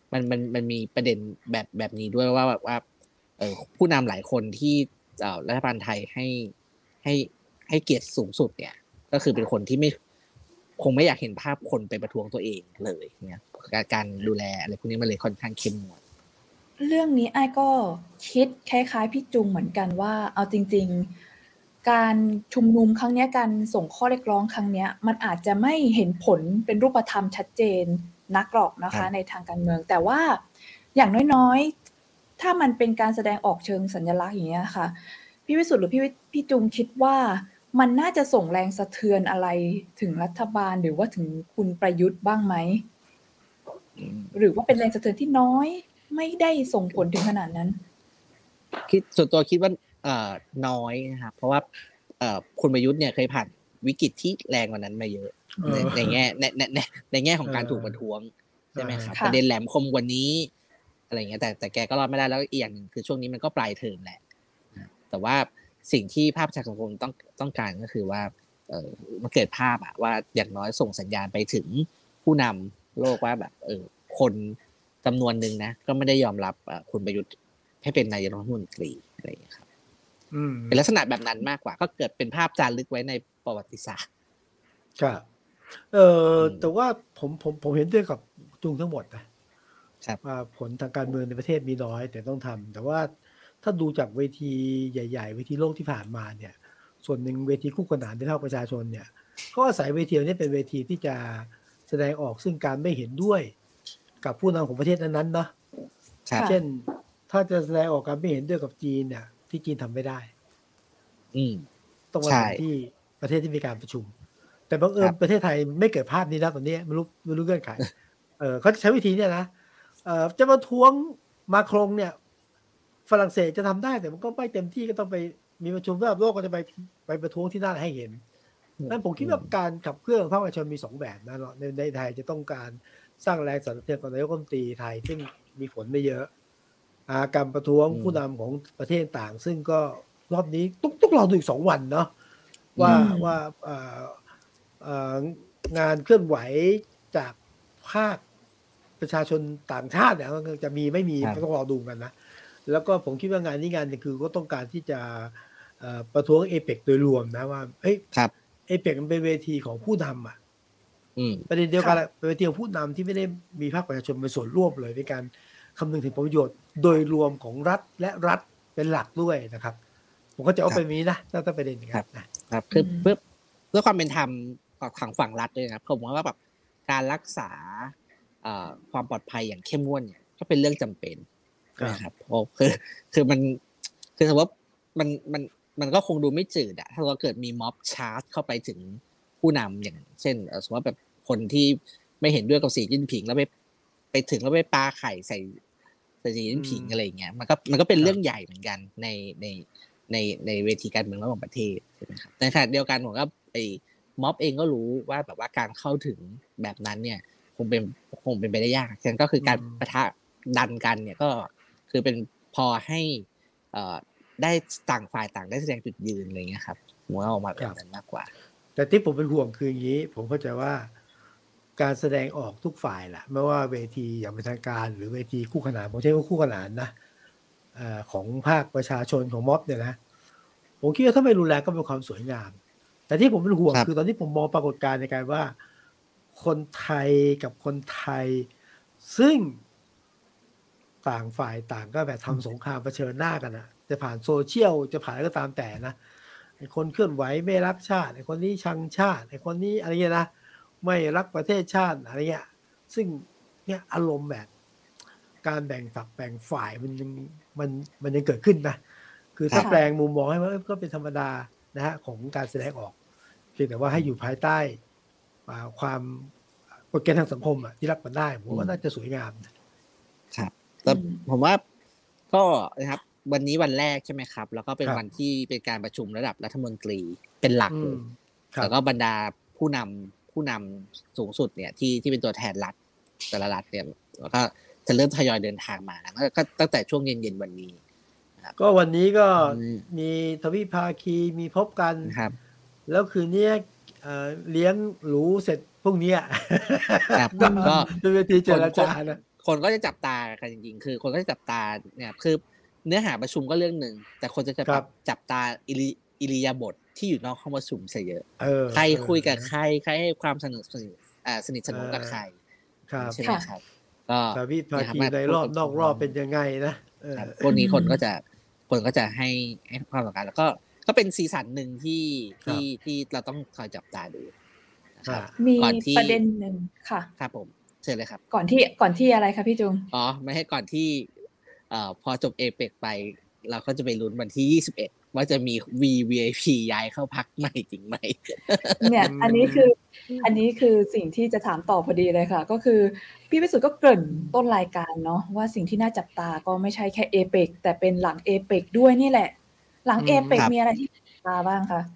มันมีประเด็นแบบนี้ด้วยว่าแบบว่าผู้นำหลายคนที่รัฐบาลไทยให้ให้เกียรติสูงสุดเนี่ยก็คือเป็นคนที่คงไม่อยากเห็นภาพคนไปประท้วงตัวเองเลยเนี่ยการดูแลอะไรพวกนี้มันเลยค่อนข้างเข้มงวดเรื่องนี้ไอ้ก็คิดคล้ายๆพี่จุงเหมือนกันว่าเอาจริงๆการชุมนุมครั้งนี้การส่งข้อเรียกร้องครั้งนี้มันอาจจะไม่เห็นผลเป็นรูปธรรมชัดเจนนักหรอกนะคะในทางการเมืองแต่ว่าอย่างน้อยๆถ้ามันเป็นการแสดงออกเชิงสัญลักษณ์อย่างเงี้ยค่ะพี่วิสุทธิ์หรือพี่จุงคิดว่ามันน่าจะส่งแรงสะเทือนอะไรถึงรัฐบาลหรือว่าถึงคุณประยุทธ์บ้างไหมหรือว่าเป็นแรงสะเทือนที่น้อยไม่ได้ส่งผลถึงขนาดนั้นส่วนตัวคิดว่าน้อยนะครับเพราะว่าคุณประยุทธ์เนี่ยเคยผ่านวิกฤตที่แรงกว่านั้นมาเยอะในแง่ของการถูกประท้วงใช่ไหมครับประเด็นแหลมคมกว่านี้อะไรเงี้ยแต่แกก็รอดไม่ได้แล้วอีกอย่างนึงคือช่วงนี้มันก็ปลายเทอมแหละแต่ว่าสิ่งที่ภาคประชาสังคมต้องการก็คือว่ามันเกิดภาพว่าอย่างน้อยส่งสัญญาณไปถึงผู้นำโลกว่าแบบคนจำนวนหนึ่งนะก็ไม่ได้ยอมรับคุณประยุทธ์ให้เป็นนายกรัฐมนตรีอะไรอย่างเงี้ยครับเป็นลักษณะแบบนั้นมากกว่าก็เกิดเป็นภาพจารึกไว้ในประวัติศาสตร์ครับแต่ว่าผมเห็นด้วยกับจุงทั้งหมดนะว่าผลทางการเมืองในประเทศมีน้อยแต่ต้องทำแต่ว่าถ้าดูจากเวทีใหญ่ๆเวทีโลกที่ผ่านมาเนี่ยส่วนหนึ่งเวทีคู่ขนานในภาคประชาชนเนี่ยก็อาศัยเวทีนี้เป็นเวทีที่จะแสดงออกซึ่งการไม่เห็นด้วยกับผู้นำของประเทศนั้นๆเนาะเช่นถ้าจะแสดงออกการไม่เห็นด้วยกับจีนเนี่ยที่จีนทำไม่ได้ต้องมาเป็นที่ประเทศที่มีการประชุมแต่บังเอิญประเทศไทยไม่เกิดภาพนี้นะตอนนี้ไม่รู้เงื่อนไขเขาจะใช้วิธีเนี่ยนะจะมาท้วงมาครงเนี่ยฝรั่งเศสจะทำได้แต่มันก็ไม่เต็มที่ก็ต้องไปมีประชุมระดับโลกก็จะไปประท้วงที่นั่นให้เห็นนั่นผมคิดว่าการขับเคลื่อนภาคประชาชนมี2แบบนะในไทยจะต้องการสร้างแรงสั่นสะเทือนกับนายกรัฐมนตรีไทยซึ่งมีผลไม่เยอะการประท้วงผู้นำของประเทศต่างซึ่งก็รอบนี้ต้องรอดูอีก2 วันเนาะว่างานเคลื่อนไหวจากภาคประชาชนต่างชาติเนี่ยจะมีไม่มีต้องรอดูกันนะแล้วก็ผมคิดว่างานนี้งานนึงคือก็ต้องการที่จะประท้วงเอเปกโดยรวมนะว่าเอเปกมันเป็นเวทีของผู้นำประเด็นเดียวกันเป็นเวทีของผู้นำที่ไม่ได้มีภาคประชาชนเป็นส่วนร่วมเลยในการคำนึงถึงผลประโยชน์โดยรวมของรัฐและรัฐเป็นหลักด้วยนะครับผมก็จะเอาไปนี้นะถ้าประเด็นอย่างนี้นะครับคือเพื่อความเป็นธรรมกับฝั่งรัฐด้วยนะผมว่าแบบการรักษาความปลอดภัยอย่างเข้มงวดเนี่ยก็เป็นเรื่องจำเป็นนะครับเพราะคือมันคือสมมติว่ามันก็คงดูไม่จืดอะถ้าเกิดมีม็อบชาร์จเข้าไปถึงผู้นำอย่างเช่นสมมติว่าแบบคนที่ไม่เห็นด้วยกับสีจิ้นผิงแล้วไปถึงแล้วไปปาไข่ใส่สีจิ้นผิงอะไรอย่างเงี้ยมันก็เป็นเรื่องใหญ่เหมือนกันในเวทีการเมืองระหว่างประเทศใช่ไหมครับในขณะเดียวกันผมก็ม็อบเองก็รู้ว่าแบบว่าการเข้าถึงแบบนั้นเนี่ยคงเป็นไปได้ยากฉะนั้นก็คือการปะทะดันกันเนี่ยก็คือเป็นพอให้ได้ต่างฝ่ายต่างได้แสดงจุดยืนอะไรเงี้ยครับผมว่าออกมาแบบนั้นมากกว่าแต่ที่ผมเป็นห่วงคืออย่างนี้ผมเข้าใจว่าการแสดงออกทุกฝ่ายแหละไม่ว่าเวทีอย่างเป็นทางการหรือเวทีคู่ขนานผมใช้ว่าคู่ขนานนะของภาคประชาชนของม็อบเนี่ยนะผมคิดว่าถ้าไม่รุนแรงก็เป็นความสวยงามแต่ที่ผมเป็นห่วงคือตอนนี้ผมมองปรากฏการณ์ในการว่าคนไทยกับคนไทยซึ่งต่างฝ่ายต่างก็แบบทำสงครามเผชิญหน้ากันนะจะผ่านโซเชียลจะผ่านอะไรก็ตามแต่นะไอ้คนเคลื่อนไหวไม่รักชาติไอ้คนนี้ชังชาติไอ้คนนี้อะไรเงี้ยนะไม่รักประเทศชาติอะไรเงี้ยซึ่งเนี่ยอารมณ์แบบการแบ่งฝักแบ่งฝ่ายมันยังเกิดขึ้นนะคือถ้าแปลงมุมมองให้ว่าก็เป็นธรรมดานะฮะของการแสดงออกเพียงแต่ว่าให้อยู่ภายใต้ความกฎเกณฑ์ทางสังคมที่รับกันได้ผมว่าน่าจะสวยงามครับแต่ผมว่าก็นะครับวันนี้วันแรกใช่ไหมครับแล้วก็เป็นวันที่เป็นการประชุมระดับรัฐมนตรีเป็นหลักเลยแล้วก็บรรดาผู้นำสูงสุดเนี่ยที่เป็นตัวแทนรัฐแต่ละรัฐเนี่ยแล้วก็จะเริ่มทยอยเดินทางมาก็ตั้งแต่ช่วงเย็นๆวันนี้ก็วันนี้ก็มีทวิภาคีมีพบกันแล้วคืนนี้เลี้ยงหรูเสร็จพรุ่งนี้ก็เป็นเวทีเจรจานะคนก็จะจับตากันจริงๆคือคนก็จะจับตาเนี่ยคือเนื้อหาประชุมก็เรื่องนึงแต่คนจะจับตาอิริยาบถที่อยู่นอกห้องประชุมซะเยอะใครคุยกับใครให้ความสนิทสนมกับใครใช่ไหมครับก็วิภาคีในรอบนอกรอบเป็นยังไงนะพวกนี้คนก็จะให้ความสำคัญแล้วก็เป็นสีสันหนึ่งที่เราต้องคอยจับตาดูนะครับมีประเด็นหนึ่งค่ะครับผมเชิญเลยครับก่อนที่อะไรคะพี่จุงไม่ให้ก่อนที่พอจบเอเปกไปเราก็จะไปลุ้นวันที่21ว่าจะมี VVIP ย้ายเข้าพักใหม่จริงไหมเนี่ยอันนี้คือสิ่งที่จะถามต่อพอดีเลยค่ะก็คือพี่วิสุทธ์ก็เกริ่นต้นรายการเนาะว่าสิ่งที่น่าจับตาก็ไม่ใช่แค่เอเปกแต่เป็นหลังเอเปกด้วยนี่แหละหลังเอเปกมีอะไรที่จับตาบ้างคะ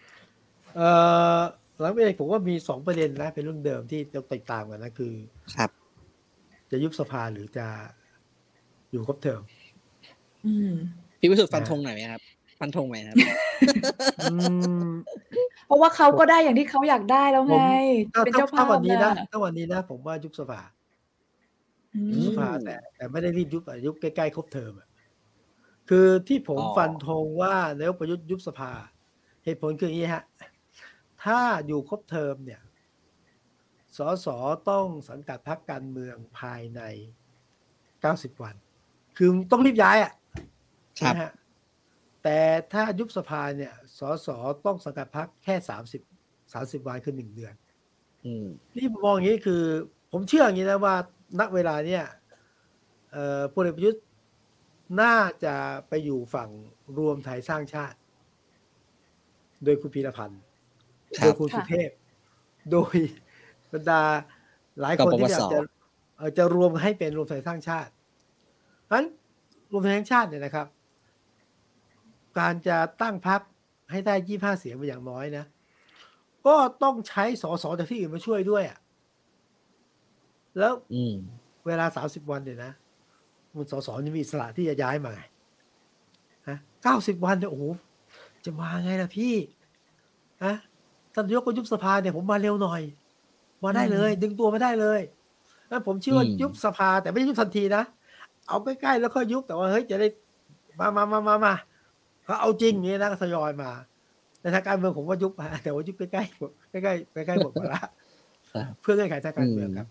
หลังเอเปกผมว่ามี2ประเด็นนะเป็นเรื่องเดิมที่ต้องติดตามกันนะคือครับจะยุบสภาหรือจะอยู่ครบเทอมพี่วิสุทธ์ฟันธงหน่อยไหมครับฟันธงไหมครับเพราะว่าเขาก็ได้อย่างที่เขาอยากได้แล้วไงเป็นเจ้าภาพวันนี้นะผมว่ายุบสภาแต่ไม่ได้รีบยุบใกล้ๆครบเทอมคือที่ผมฟันธงว่านายกประยุทธ์ยุบสภาเหตุผลคืออย่างนี้ฮะถ้าอยู่ครบเทอมเนี่ยสสต้องสังกัดพรรคการเมืองภายใน90วันคือต้องรีบย้ายนะฮะแต่ถ้ายุบสภาเนี่ยสสต้องสังกัดพรรคแค่30วันคือ1เดือนนี่มองอย่างนี้คือผมเชื่ออย่างนี้นะว่าณเวลาเนี่ยพลเอกประยุทธ์น่าจะไปอยู่ฝั่งรวมไทยสร้างชาติโดยคุณพีรพันธ์โดยคุณสุเทพโดยบรรดาหลายคนที่อยากจะรวมให้เป็นรวมไทยสร้างชาตินั้นรวมไทยสร้างชาติเนี่ยนะครับการจะตั้งพรรคให้ได้25เสียงเป็นอย่างน้อยนะก็ต้องใช้สสจากที่อื่นมาช่วยด้วยแล้วเวลา30วันเนี่ยนะมันสสจะมีอิสระที่จะย้ายมาฮะ90วันเนี่ยโอ้โหจะมาไงล่ะพี่ฮะท่านนายกก็ยุบสภาเนี่ยผมมาเร็วหน่อยมาได้เลยดึงตัวมาได้เลยแล้วผมเชื่อว่ายุบสภาแต่ไม่ยุบทันทีนะเอาใกล้ๆแล้วก็ยุบแต่ว่าเฮ้ยจะได้มาเขาเอาจริงอย่างนี้นะทยอยมาในทางการเมืองผมว่ายุบแต่ว่ายุบใกล้ๆหมดละเพื่อเงื่อนไขทางการเมืองครับ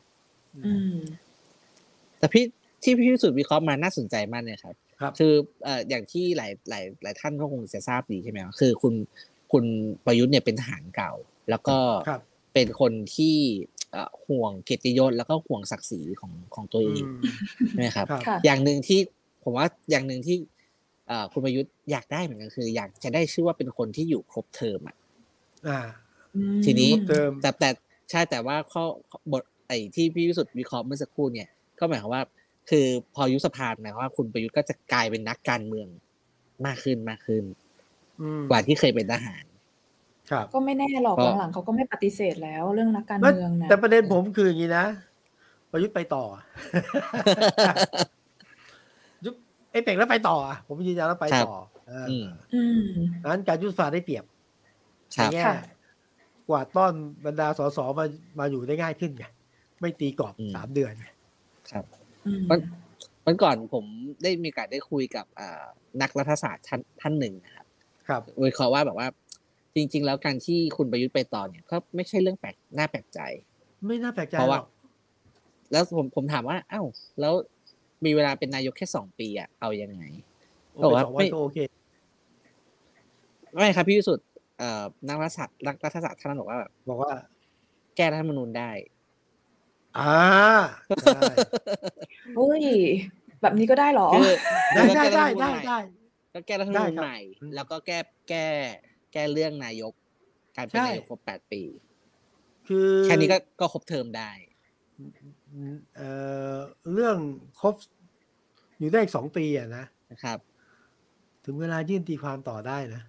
แต่พี่วิสุทธิ์วิเคราะห์มาน่าสนใจมากเลยครับคืออย่างที่หลายท่านก็คงจะทราบดีใช่ไหมครับคือคุณประยุทธ์เนี่ยเป็นทหารเก่าแล้วก็เป็นคนที่ห่วงเกียรติยศแล้วก็ห่วงศักดิ์ศรีของตัวเองใช่ไหมครับอย่างหนึ่งที่ผมว่าอย่างหนึ่งที่คุณประยุทธ์อยากได้เหมือนกันคืออยากจะได้ชื่อว่าเป็นคนที่อยู่ครบเทอมทีนี้แต่ใช่แต่ว่าข้อบทที่พี่วิสุทธิ์วิเคราะห์เมื่อสักครู่เนี่ยก็หมายความว่าคือพอยุบสภาหมายความว่าคุณประยุทธ์ก็จะกลายเป็นนักการเมืองมากขึ้นกว่าที่เคยเป็นทหารก็ไม่แน่หรอกหลังๆเขาก็ไม่ปฏิเสธแล้วเรื่องนักการเมืองนะแต่ประเด็นผมคืออย่างนี้นะประยุทธ์ไปต่อยุบเอเปกแล้วไปต่อผมยืนยันแล้วไปต่อนั้นการยุบสภาได้เปรียบอย่างเงี้ยกว่าต้อนบรรดาสสมาอยู่ได้ง่ายขึ้นไงไม่ตีกรอบ3 เดือนครับวันก่อนผมได้มีโอกาสได้คุยกับนักรัฐศาสตร์ท่านหนึ่งนะครับวิเคราะห์ว่าแบบว่าจริงๆแล้วการที่คุณประยุทธ์ไปต่อเนี่ยก็ไม่ใช่เรื่องน่าแปลกใจไม่น่าแปลกใจเพราะว่าแล้วผมถามว่าอ้าวแล้วมีเวลาเป็นนายกแค่2 ปีเอายังไงบอกว่าไม่โอเคไม่ครับพี่วิสุทธิ์นักรัฐศาสตร์ท่านบอกว่าแก้รัฐธรรมนูญได้เฮ้ยแบบนี้ก็ได้หรอได้ก็แก้รัฐธรรมนูญใหม่แล้วก็แก้เรื่องนายกการเป็นนายกครบ8 ปีคือแค่นี้ก็ครบเทอมได้เรื่องครบอยู่ได้อีก2 ปีนะครับถึงเวลายื่นตีความต่อได้นะ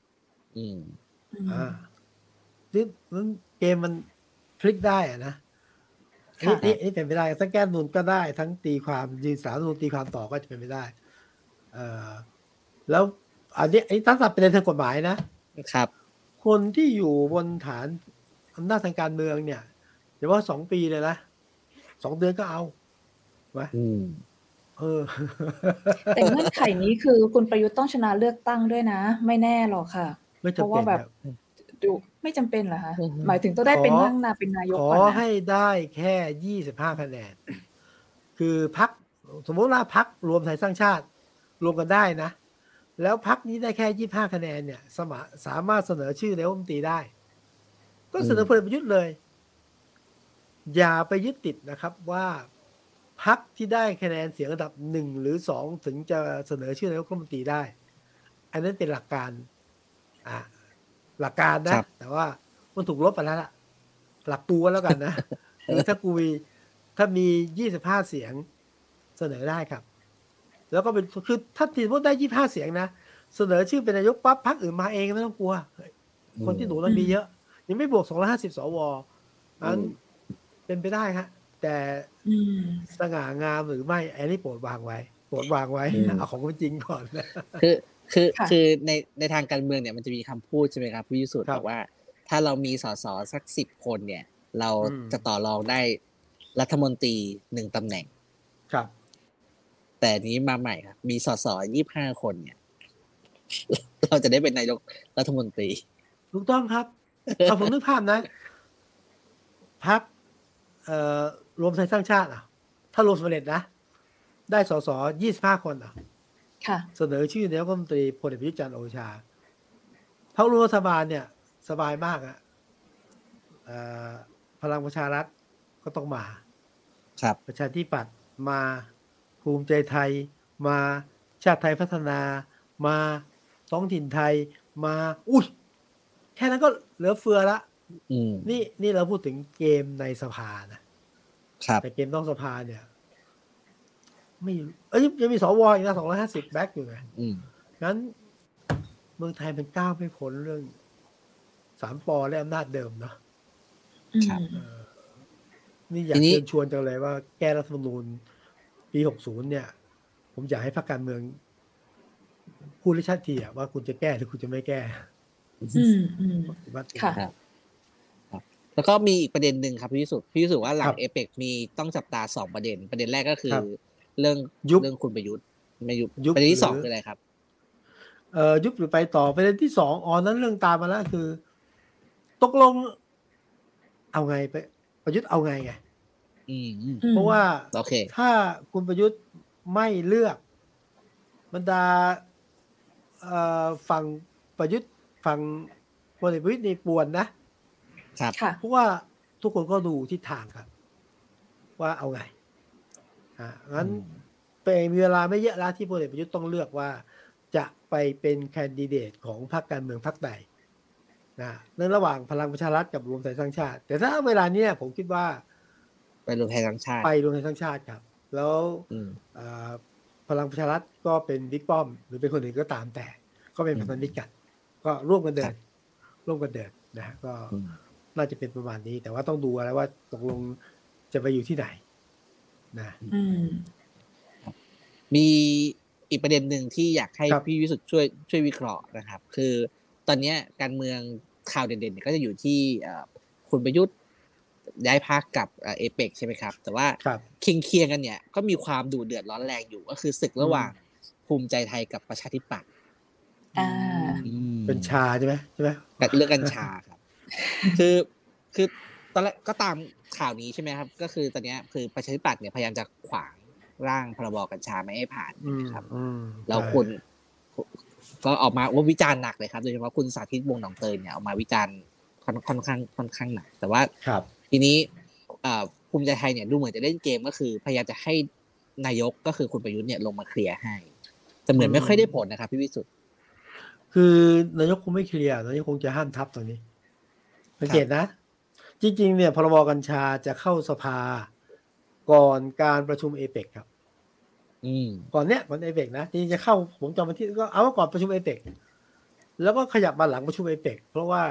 นี่เกมมันพลิกได้นะนี่เป็นไปได้ทั้งแก้นูนก็ได้ทั้งตีความยืนสารนูนตีความต่อก็จะเป็นไปได้แล้วอันนี้ตั้งแต่ประเด็นทางกฎหมายนะครับคนที่อยู่บนฐานอำนาจทางการเมืองเนี่ยเดี๋ยวว่า2 ปีเลยนะ2 เดือนก็เอาไหมเออแต่เงื่อนไขนี้คือคุณประยุทธ์ต้องชนะเลือกตั้งด้วยนะไม่แน่หรอกค่ะเพราะว่าแบบดูไม่จำเป็นเหรอคะหมายถึงต้องได้เป็นนั่งนาเป็นนายกก่อนนะขอให้ได้แค่25คะแนนคือพรรคสมมติว่าพรรครวมไทยสร้างชาติรวมกันได้นะแล้วพรรคนี้ได้แค่25คะแนนเนี่ยสามารถเสนอชื่อนายกรัฐมนตรีได้ก็เสนอพลเอกประยุทธ์เลยอย่าไปยึดติดนะครับว่าพรรคที่ได้คะแนนเสียงระดับ1หรือ2ถึงจะเสนอชื่อนายกรัฐมนตรีได้อันนั้นเป็นหลักการหลักการนะแต่ว่ามันถูกลบไปแล้วล่ะหลักกูแล้วกันนะคือถ้ามี25เสียงเสนอได้ครับแล้วก็เป็นคือถ้าทีมได้25เสียงนะเสนอชื่อเป็นนายกปั๊บพรรคอื่นมาเองไม่ต้องกลัวคนที่หนุนมันมีเยอะยังไม่บวก250สวนั้นเป็นไปได้ฮะแต่สง่างามหรือไม่อันนี้โปรดวางไว้เอาของจริงก่อนนะคือในทางการเมืองเนี่ยมันจะมีคำพูดใช่ไหมครับพี่วิสุทธิ์บอกว่าถ้าเรามีสสสัก10 คนเนี่ยเราจะต่อรองได้รัฐมนตรี1 ตำแหน่งครับแต่นี้มาใหม่ครับมีสส25 คนเนี่ยเราจะได้เป็นนายกรัฐมนตรีถูกต้องครับเอาผมนึกภาพนะพรรครวมไทยสร้างชาติถ้ารวมสำเร็จนะได้สส25 คนเสนอชื่อนายกรัฐมนตรีพลเอกประยุทธ์จันทร์โอชาพรรคร่วมรัฐบาลเนี่ยสบายมากพลังประชารัฐก็ต้องมาประชาธิปัตย์มาภูมิใจไทยมาชาติไทยพัฒนามาท้องถิ่นไทยมาอุ้ยแค่นั้นก็เหลือเฟือละนี่เราพูดถึงเกมในสภานะแต่เกมนอกสภาเนี่ยไม่ยังมีสวอีกนะ250แบ็คอยู่ไงงั้นเมืองไทยมันก้าวไม่พ้นเรื่อง3 ป.และอำนาจเดิมเนาะนี่อยากเชิญชวนจังเลยว่าแก้รัฐธรรมนูญปี60เนี่ยผมอยากให้พรรคการเมืองพูดให้ชัดทีว่าคุณจะแก้หรือคุณจะไม่แก้ค่ะแล้วก็มีอีกประเด็นหนึ่งครับพี่วิสุทธิ์ว่าหลังเอเปกมีต้องจับตา2 ประเด็นแรกก็คือเรื่องคุณประยุทธ์ไม่ยุบประเด็นที่2คืออะไรครับยุบหรือไปต่อประเด็นที่2นั้นเรื่องตามมาแล้วคือตกลงเอาไงไปประยุทธ์เอาไงเพราะว่าถ้าคุณประยุทธ์ไม่เลือกบรรดาฝั่งประยุทธ์ฝั่งพลเอกประยุทธ์นี่ป่วนนะเพราะว่าทุกคนก็ดูทิศทางครับว่าเอาไงงั้นเป็นมีเวลาไม่เยอะแล้วที่พลเอกประยุทธ์ต้องเลือกว่าจะไปเป็นแคนดิเดตของพรรคการเมืองพรรคใดในระหว่างพลังประชารัฐกับรวมไทยสร้างชาติแต่ถ้าเวลานี้ผมคิดว่าไปรวมไทยสร้างชาติครับแล้วพลังประชารัฐก็เป็นบิ๊กป้อมหรือเป็นคนอื่นก็ตามแต่ก็เป็นพันธมิตรกันก็ร่วมกันเดินนะก็น่าจะเป็นประมาณนี้แต่ว่าต้องดูอะไรว่าตกลงจะไปอยู่ที่ไหนนะมีอีกประเด็นหนึ่งที่อยากให้พี่วิสุทธิ์ช่วยวิเคราะห์นะครับคือตอนนี้การเมืองข่าวเด่นๆก็จะอยู่ที่คุณประยุทธ์ย้ายพรรคกับเอเปกใช่ไหมครับแต่ว่าเคียงกันเนี่ยก็มีความดุเดือดร้อนแรงอยู่ก็คือศึกระหว่างภูมิใจไทยกับประชาธิปัตย์เป็นชาใช่ไหมเรื่องกัญชาครับคือตอนแรกก็ตามข่าวนี้ใช่ไหมครับก็คือตอนนี้คือประชาธิปัตย์เนี่ยพยายามจะขวางร่างพรบกัญชาไม่ให้ผ่านนะครับแล้วคุณก็ออกมาว่าวิจารณ์หนักเลยครับโดยเฉพาะคุณสาธิตวงศ์หนองเตยเนี่ยออกมาวิจารณ์ค่อนข้างหนักแต่ว่าทีนี้ภูมิใจไทยเนี่ยดูเหมือนจะเล่นเกมก็คือพยายามจะให้นายกก็คือคุณประยุทธ์เนี่ยลงมาเคลียร์ให้แต่เหมือนไม่ค่อยได้ผลนะครับพี่วิสุทธิ์คือนายกคงไม่เคลียร์นายกคงจะห้ามทับตรงนี้สังเกตนะจริงๆเนี่ยพรบกัญชาจะเข้าสภาก่อนการประชุมเอเปกครับก่อนเอเปกนะจริงๆจะเข้าผมจำวันที่ก็เอาก่อนประชุมเอเปกแล้วก็ขยับมาหลังประชุมเอเปกเพราะว่า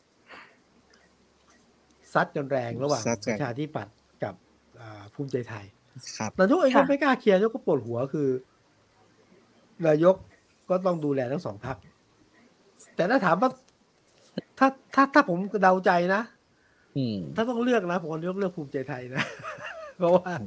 ซัดกันแรงระหว่างประชาธิปัตย์กับภูมิใจไทยนายกเองก็ไม่กล้าเคลียร์นายกก็ปวดหัวคือนายกก็ต้องดูแลทั้ง2 พรรคแต่ถ้าถามว่าถ้าผมเดาใจนะถ้าต้องเลือกนะผมเลือกภูมิใจไทยนะเพราะว่า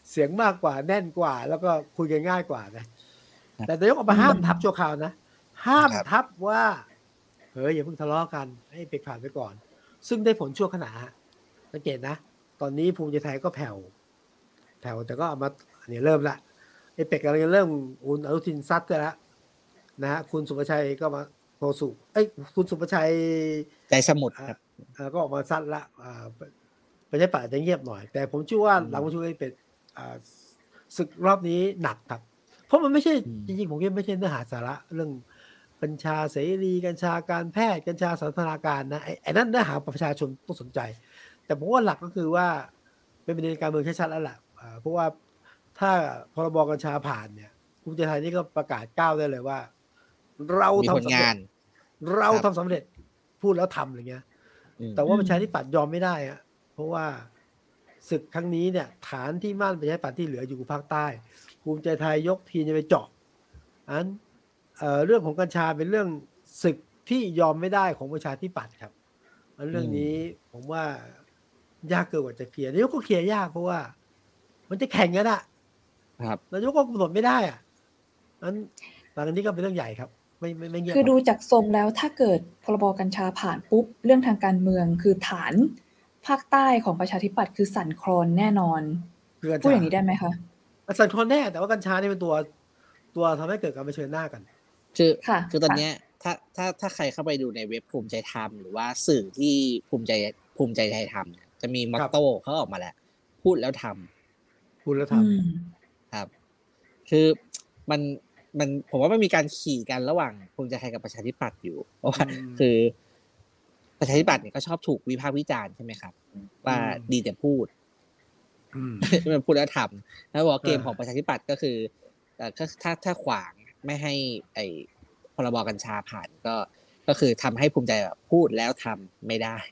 เสียงมากกว่าแน่นกว่า แล้วก็คุยกันง่ายกว่านะแต่นายกออกมาห้ามทับชั่วคราวนะห้ามทับว่าเฮ้ยอย่าเพิ่งทะเลาะกันให้เป็กผ่านไปก่อนซึ่งได้ผลชั่วขณะสังเกตนะตอนนี้ภูมิใจไทยก็แผ่วแต่ก็เอามาเนี่ยเริ่มละไอ้เป็กกำลังจะเริ่มคุณอนุทินซัดกันแล้วนะฮะคุณสุภชัยก็มาโพสุคุณสุภชัยใจสมุทรครับก็ออกมาซัดละประชาธิปัตย์จะเงียบหน่อยแต่ผมเชื่อว่าหลังประชุมเป็นศึกรอบนี้หนักครับเพราะมันไม่ใช่จริงๆผมคิดไม่ใช่เนื้อหาสาระเรื่องกัญชาเสรีกัญชาการแพทย์กัญชาสันทนาการนะไอ้นั่นเนื้อหาประชาชนต้องสนใจแต่ผมว่าหลักก็คือว่าเป็นประเด็นการเมืองชัดๆแล้วแหละเพราะว่าถ้าพรบกัญชาผ่านเนี่ยภูมิใจไทยนี่ก็ประกาศก้าวได้เลยว่าเราทำสำเร็จเราทำสำเร็จพูดแล้วทำอะไรเงี้ยแต่ว่าประชาธิปัตย์ยอมไม่ได้อะเพราะว่าศึกครั้งนี้เนี่ยฐานที่มั่นประชาธิปัตย์ที่เหลืออยู่ภาคใต้ภูมิใจไทยยกทีมจะไปเจาะอันเรื่องของกัญชาเป็นเรื่องศึกที่ยอมไม่ได้ของประชาธิปัตย์ครับอันเรื่องนี้ผมว่ายากเกินกว่าจะเคลียร์นายกก็เคลียร์ยากเพราะว่ามันจะแข่งกันอะนายกก็กำหนดไม่ได้อะนั้นหลังจากนี้ก็เป็นเรื่องใหญ่ครับไม่เงียบคือดูจากทรงแล้วถ้าเกิดพรบกัญชาผ่านปุ๊บเรื่องทางการเมืองคือฐานภาคใต้ของประชาธิปัตย์คือสั่นคลอนแน่นอนพูดอย่างนี้ได้ไหมคะสั่นคลอนแน่แต่ว่ากัญชานี่เป็นตัวทำให้เกิดการเผชิญหน้ากันคือตอนนี้ถ้าใครเข้าไปดูในเว็บภูมิใจธรรมหรือว่าสื่อที่ภูมิใจไทยทำจะมีมอตโต้เขาออกมาแล้วพูดแล้วทำครับคือมันผมว่ามันมีการขี่กันระหว่างภูมิใจไทยกับประชาธิปัตย์อยู่เพราะว่าคือประชาธิปัตย์เนี่ยก็ชอบถูกวิพากษ์วิจารณ์ใช่ไหมครับว่าดีแต่พูดมันพูดแล้วทำแล้วบอกเกมของประชาธิปัตย์ก็คือถ้าขวางไม่ให้ไอ้พรบกัญชาผ่านก็คือทำให้ภูมิใจแบบพูดแล้วทำไม่ได้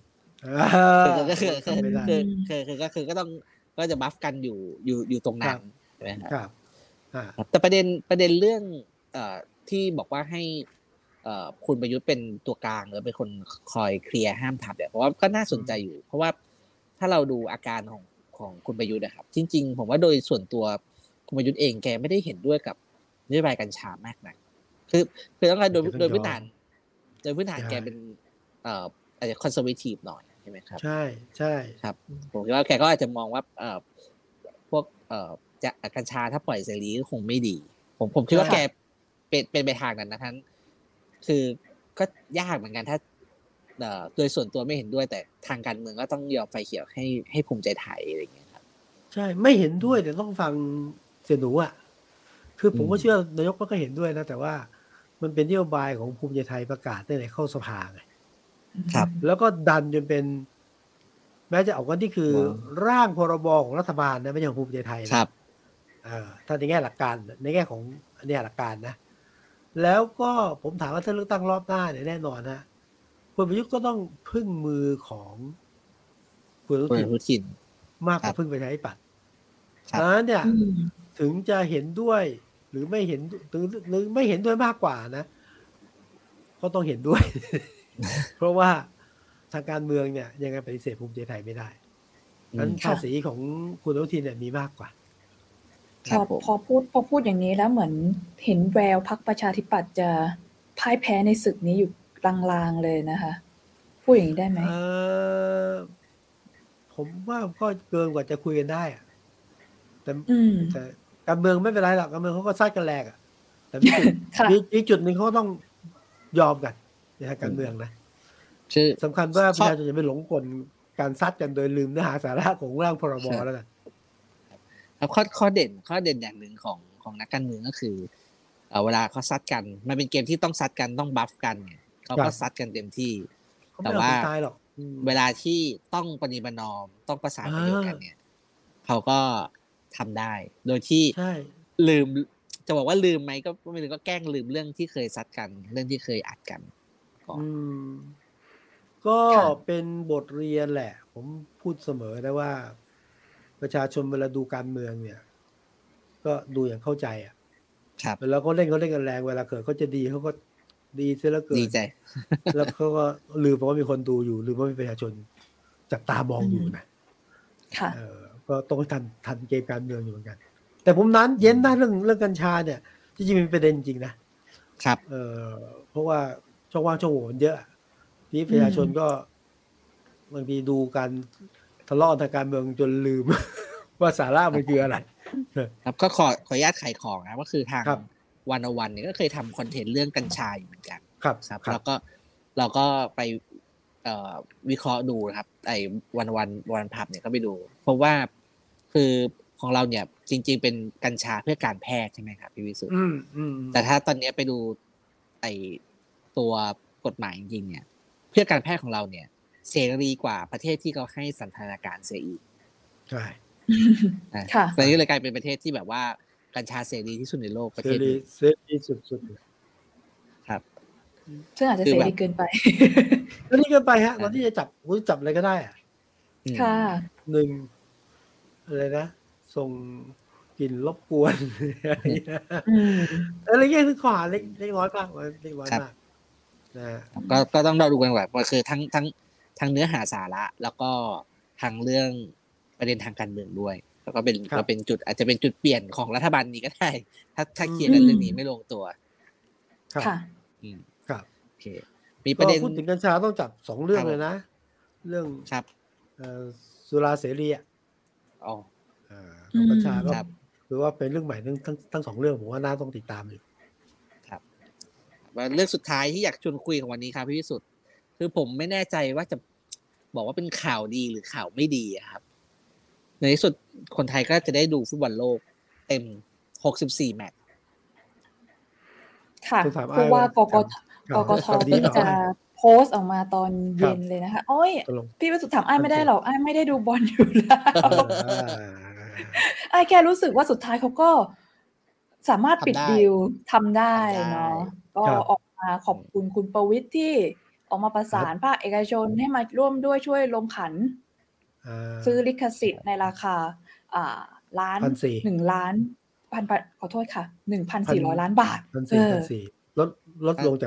คือก็ต้องก็จะบัฟกันอยู่ตรงนั้นใช่ไหมครับแต่ประเด็นเรื่องที่บอกว่าให้คุณประยุทธ์เป็นตัวกลางหรือเป็นคนคอยเคลียร์ห้ามทับเนี่ยเพราะว่าก็น่าสนใจอยู่เพราะว่าถ้าเราดูอาการของคุณประยุทธ์นะครับจริงๆผมว่าโดยส่วนตัวคุณประยุทธ์เองแกไม่ได้เห็นด้วยกับนโยบายกัญชามากนักคือต้องการโดยพื้นฐานแกเป็นอาจจะคอนเซอร์เวทีฟหน่อยใช่ไหมครับใช่ครับผมคิดว่าแกก็อาจจะมองว่าพวกจะกัญชาถ้าปล่อยเสรีก็คงไม่ดีผมคิดว่าแกเป็นไปทางนั้นนะท่านคือก็ยากเหมือนกันถ้าโดยส่วนตัวไม่เห็นด้วยแต่ทางการเมืองก็ต้องยอมไฟเขียวให้ภูมิใจไทยอะไรอย่างเงี้ยครับใช่ไม่เห็นด้วยแต่ต้องฟังเสี่ยหนูอ่ะคือผมก็เชื่อนายกก็เห็นด้วยนะแต่ว่ามันเป็นนโยบายของภูมิใจไทยประกาศตั้งแต่เข้าสภาไงครับแล้วก็ดันจนเป็นแม้จะออกกันที่คือร่างพรบของรัฐบาลนะไม่ใช่ของภูมิใจไทยนะครับถ้าในแง่หลักการในแง่ของอันนี้หลักการนะแล้วก็ผมถามว่าถ้าเลือกตั้งรอบหน้าเนี่ยแน่นอนนะคุณประยุทธ์ก็ต้องพึ่งมือของคุณอนุทินมากกว่าพึ่งประชาธิปัตย์นั้นเนี่ยถึงจะเห็นด้วยหรือไม่เห็นหรือไม่เห็นด้วยมากกว่านะก็ต้องเห็นด้วย เพราะว่าทางการเมืองเนี่ยยังไงปฏิเสธภูมิใจไทยไม่ได้นั้นภาษีของคุณอนุทินเนี่ยมีมากกว่าพอพูดอย่างนี้แล้วเหมือนเห็นแววพรรคประชาธิปัตย์จะพ่ายแพ้ในศึกนี้อยู่ลางๆเลยนะคะพูดอย่างนี้ได้ไหมผมว่าก็เกินกว่าจะคุยกันได้แต่การเมืองไม่เป็นไรหรอกการเมืองเขาก็ซัดกันแรงแต่มีจุดหนึ่งเขาต้องยอมกันในทางการเมืองนะสำคัญว่าประชาชนจะไม่หลงกลการซัดกันโดยลืมเนื้อหาสาระของร่างพรบแล้วกันครับข้อเด่นอย่างหนึ่งของนักการเมืองก็คือเวลาเขาซัดกันมันเป็นเกมที่ต้องซัดกันต้องบัฟกันเนี่ยเขาก็ซัดกันเต็มที่แต่ว่าเวลาที่ต้องปฏิบัตินอมต้องประสานประโยชน์กันเนี่ยเขาก็ทำได้โดยที่ลืมจะบอกว่าลืมไหมก็ไม่ลืมก็แกล้งลืมเรื่องที่เคยซัดกันเรื่องที่เคยอัดกันก่อนก็เป็นบทเรียนแหละผมพูดเสมอนะว่าประชาชนเวลาดูการเมืองเนี่ยก็ดูอย่างเข้าใจครับแล้วก็เล่นกันแรงเวลาเกิดเขาจะดีเขาก็ดีเสียแล้วเกินดีใจแล้วเขาก็ลืมเพราะว่ามีคนดูอยู่ลืมว่ามีประชาชนจับตามองอยู่นะก็ต้องทันเกมการเมืองอยู่เหมือนกันแต่ผมนั้นเย็นได้เรื่องกัญชาเนี่ยจริงๆเป็นประเด็นจริงนะครับเพราะว่าช่องว่างช่องโหว่มันเยอะที่ประชาชนก็บางทีดูการทะเลาะทางการเมืองจนลืม ว่าสาระมันคืออะไรครับก็ขออนุญาตขายของนะก็คือทางวันเนี่ยก็เคยทำคอนเทนต์เรื่องกัญชาอยู่เหมือนกันครับแล้วก็เราก็ไปวิเคราะห์ดูครับไอ้วันพับเนี่ยก็ไปดูเพราะว่าคือของเราเนี่ยจริงๆเป็นกัญชาเพื่อการแพทย์ใช่ไหมครับพี่วิสุทธิ์แต่ถ้าตอนนี้ไปดูไอ้ตัวกฎหมายจริงๆเนี่ยเพื่อการแพทย์ของเราเนี่ยเสรีกว่าประเทศที่เขาให้สันทนาการเสียอีกใช่ค่ะตอนนี้เลยกลายเป็นประเทศที่แบบว่ากัญชาเสรีที่สุดในโลกประเทศนี้เสรีสุดๆครับซึ่งอาจจะเสรีเกินไปเสรีเกินไปฮะตอนที่จะจับอะไรก็ได้อ่ะค่ะ 1อะไรนะส่งกลิ่นรบกวนอะไรเงี้ยคือข้อหาเล็กน้อยมากเล็กน้อยมากนะก็ต้องเราดูกันแบบมันคือทั้งเนื้อหาสาระแล้วก็ทั้งเรื่องประเด็นทางการเมืองด้วยแล้วก็เป็นจุดอาจจะเป็นจุดเปลี่ยนของรัฐบาลนี้ก็ได้ถ้าเคลียร์กันเรื่องนี้ไม่ลงตัวค่ะครับโอเคมีประเด็นพูดถึงกัญชาต้องจับ2เรื่องเลยนะเรื่องครับสุราเสรีกัญชาก็คือว่าเป็นเรื่องใหม่ทั้ง2เรื่องผมว่าน่าต้องติดตามอยู่ครับเรื่องสุดท้ายที่อยากชวนคุยของวันนี้ครับพี่วิสุทธิ์คือผมไม่แน่ใจว่าจะบอกว่าเป็นข่าวดีหรือข่าวไม่ดีครับในที่สุดคนไทยก็จะได้ดูฟุตบอลโลกเต็ม64แมตช์ค่ะเพราะว่ากกท.ที่จะโพสต์ออกมาตอนเย็นเลยนะคะโอ้ยพี่วิสุทธิ์ถามอ้ายไม่ได้หรอกอ้ายไม่ได้ดูบอลอยู่แล้วอ้ายแค่รู้สึกว่าสุดท้ายเขาก็สามารถปิดดีลทำได้เนาะก็ออกมาขอบคุณคุณประวิตรที่ออกมาประสานภาคเอกชนให้มาร่วมด้วยช่วยลงขันซื้อลิขสิทธิ์ในราคา1 ล้านขอโทษค่ะ 1,400 ล้านบาทลดลงจาก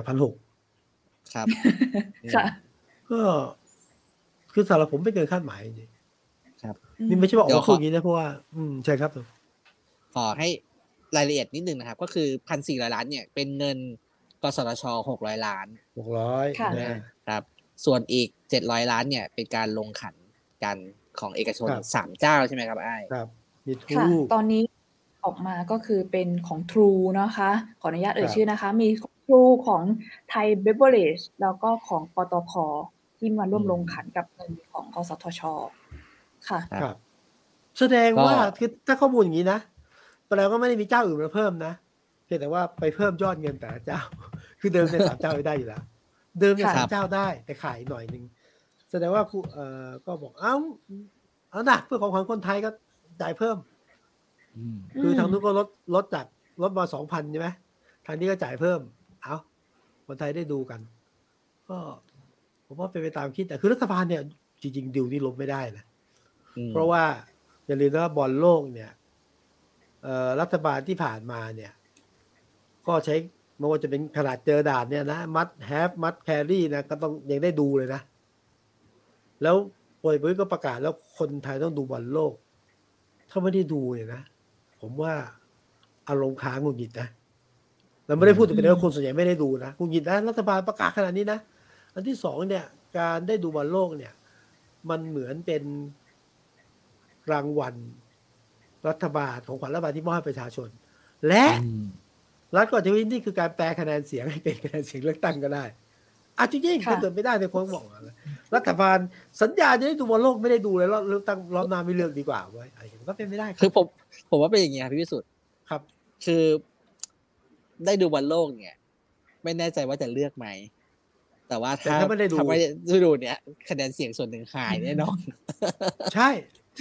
1,600 ครับค่ะก็คือสำหรับผมไม่เกินคาดหมายจริงครับนี่ไม่ใช่ว่าออกมาพูดอย่างนี้นะเพราะว่าใช่ครับขอให้รายละเอียดนิดนึงนะครับก็คือ 1,400 ล้านเนี่ยเป็นเงินกสทช600 ล้านครับส่วนอีก700 ล้านเนี่ยเป็นการลงขันกันของเอกชน3เจ้าใช่ไหมครับอ้ายครับมี True ตอนนี้ออกมาก็คือเป็นของ True นะคะขออนุญาตชื่อนะคะมีTrue ของไทยเบเวอเรจแล้วก็ของปตท.ที่มาร่วมลงขันกับเงินของกสทช.ค่ะครับแสดงว่าคือถ้าข้อมูลอย่างนี้นะแปลว่าไม่ได้มีเจ้าอื่นมาเพิ่มนะเพียงแต่ว่าไปเพิ่มยอดเงินแต่ละเจ้าคือเดิมใน3เจ้าได้อยู่แล้วเดิมใน3เจ้าได้แต่ขายหน่อยนึงแสดงว่าก็บอกเอาหนักเพื่อของขวัญคนไทยก็จ่ายเพิ่มคือทางนู้นก็ลดมา 2,000 ใช่ไหมทางนี้ก็จ่ายเพิ่มเอาคนไทยได้ดูกันก็ผมว่าเป็นไปตามคิดแต่คือรัฐบาลเนี่ยจริงๆดิวนี่ล้มไม่ได้นะเพราะว่าอย่าลืมว่าบอลโลกเนี่ยรัฐบาลที่ผ่านมาเนี่ยก็ใช้ไม่ว่าจะเป็นขนาดเจอด่านเนี่ยนะมัดแครี่นะก็ต้องยังได้ดูเลยนะแล้วโอยก็ประกาศแล้วคนไทยต้องดูบอลโลกถ้าไม่ได้ดูเนี่ยนะผมว่าอารมณ์ค้างหงุดหงิดนะเราไม่ได้พูดถึงว่าคนส่วนใหญ่ไม่ได้ดูนะหงุดหงิดนะรัฐบาลประกาศขนาดนี้นะอันที่2เนี่ยการได้ดูบอลโลกเนี่ยมันเหมือนเป็นรางวัลรัฐบาลของขวัญรัฐบาลที่มอบให้ประชาชนและรัฐก็จะนี่คือการแปลคะแนนเสียงให้เป็นคะแนนเสียงเลือกตั้งก็ได้จริงๆเกิดไม่ได้ในคนบอกรัฐบาลสัญญาจะได้ดูบอลโลกไม่ได้ดูเลยแล้วเลือกตั้งรอบหน้าไม่เลือกดีกว่าไว้อะไรก็เป็นไม่ได้คือผมว่าเป็นอย่างนี้ครับพี่วิสุทธิ์ครับคือได้ดูบอลโลกเนี่ยไม่แน่ใจว่าจะเลือกไหมแต่ว่าถ้าไม่ได้ดูเนี่ยคะแนนเสียงส่วนหนึ่งหายแน่นอนใช่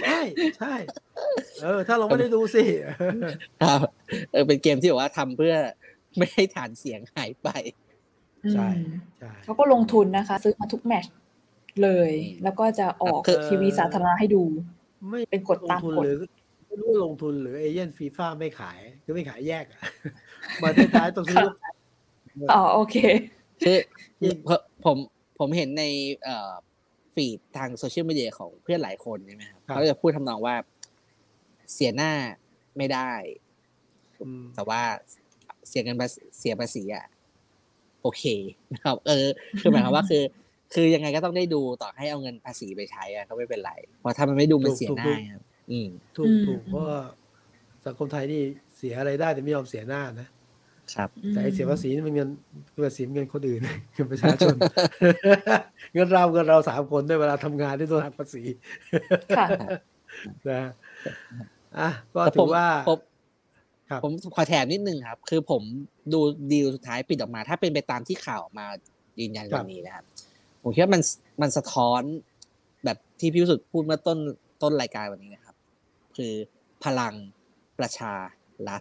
ถ้าเราไม่ได้ดูสิครับเป็นเกมที่บอกว่าทำเพื่อไม่ให้ฐานเสียงหายไปใช่เขาก็ลงทุนนะคะซื้อมาทุกแมตช์เลยแล้วก็จะออกทีวีสาธารณะให้ดูไม่เป็นกฎตามกฎไม่รู้ลงทุนหรือเอเย่นฟีฟ่าไม่ขายคือไม่ขายแยกมาท้ายต้องซื้อโอเคคือผมเห็นในฟีดทางโซเชียลมีเดียของเพื่อนหลายคนใช่ไหมครับเขาจะพูดทำนองว่าเสียหน้าไม่ได้แต่ว่าเสียภาษีอ่ะโอเคนะครับคือหมายความว่าคือยังไงก็ต้องได้ดูต่อให้เอาเงินภาษีไปใช้ก็ไม่เป็นไรเพราะถ้ามันไม่ดูมันเสียหน้าครับถูกเพราะว่าสังคมไทยนี่เสียอะไรได้แต่ไม่ยอมเสียหน้านะครับแต่เสียภาษีมันเงินภาษีเงินคนอื่นเงินประชาชนเงินเรา3 คนด้วยเวลาทำงานที่ต้องหักภาษีนะก็ถือว่าผมขอแถมนิดนึงครับคือผมดูดีลสุดท้ายปิดออกมาถ้าเป็นไปตามที่ข่าวมายืนยันวันนี้นะครับผมคิดว่ามันสะท้อนแบบที่พี่วิสุทธิ์พูดเมื่อต้นรายการวันนี้นะครับคือพลังประชารัฐ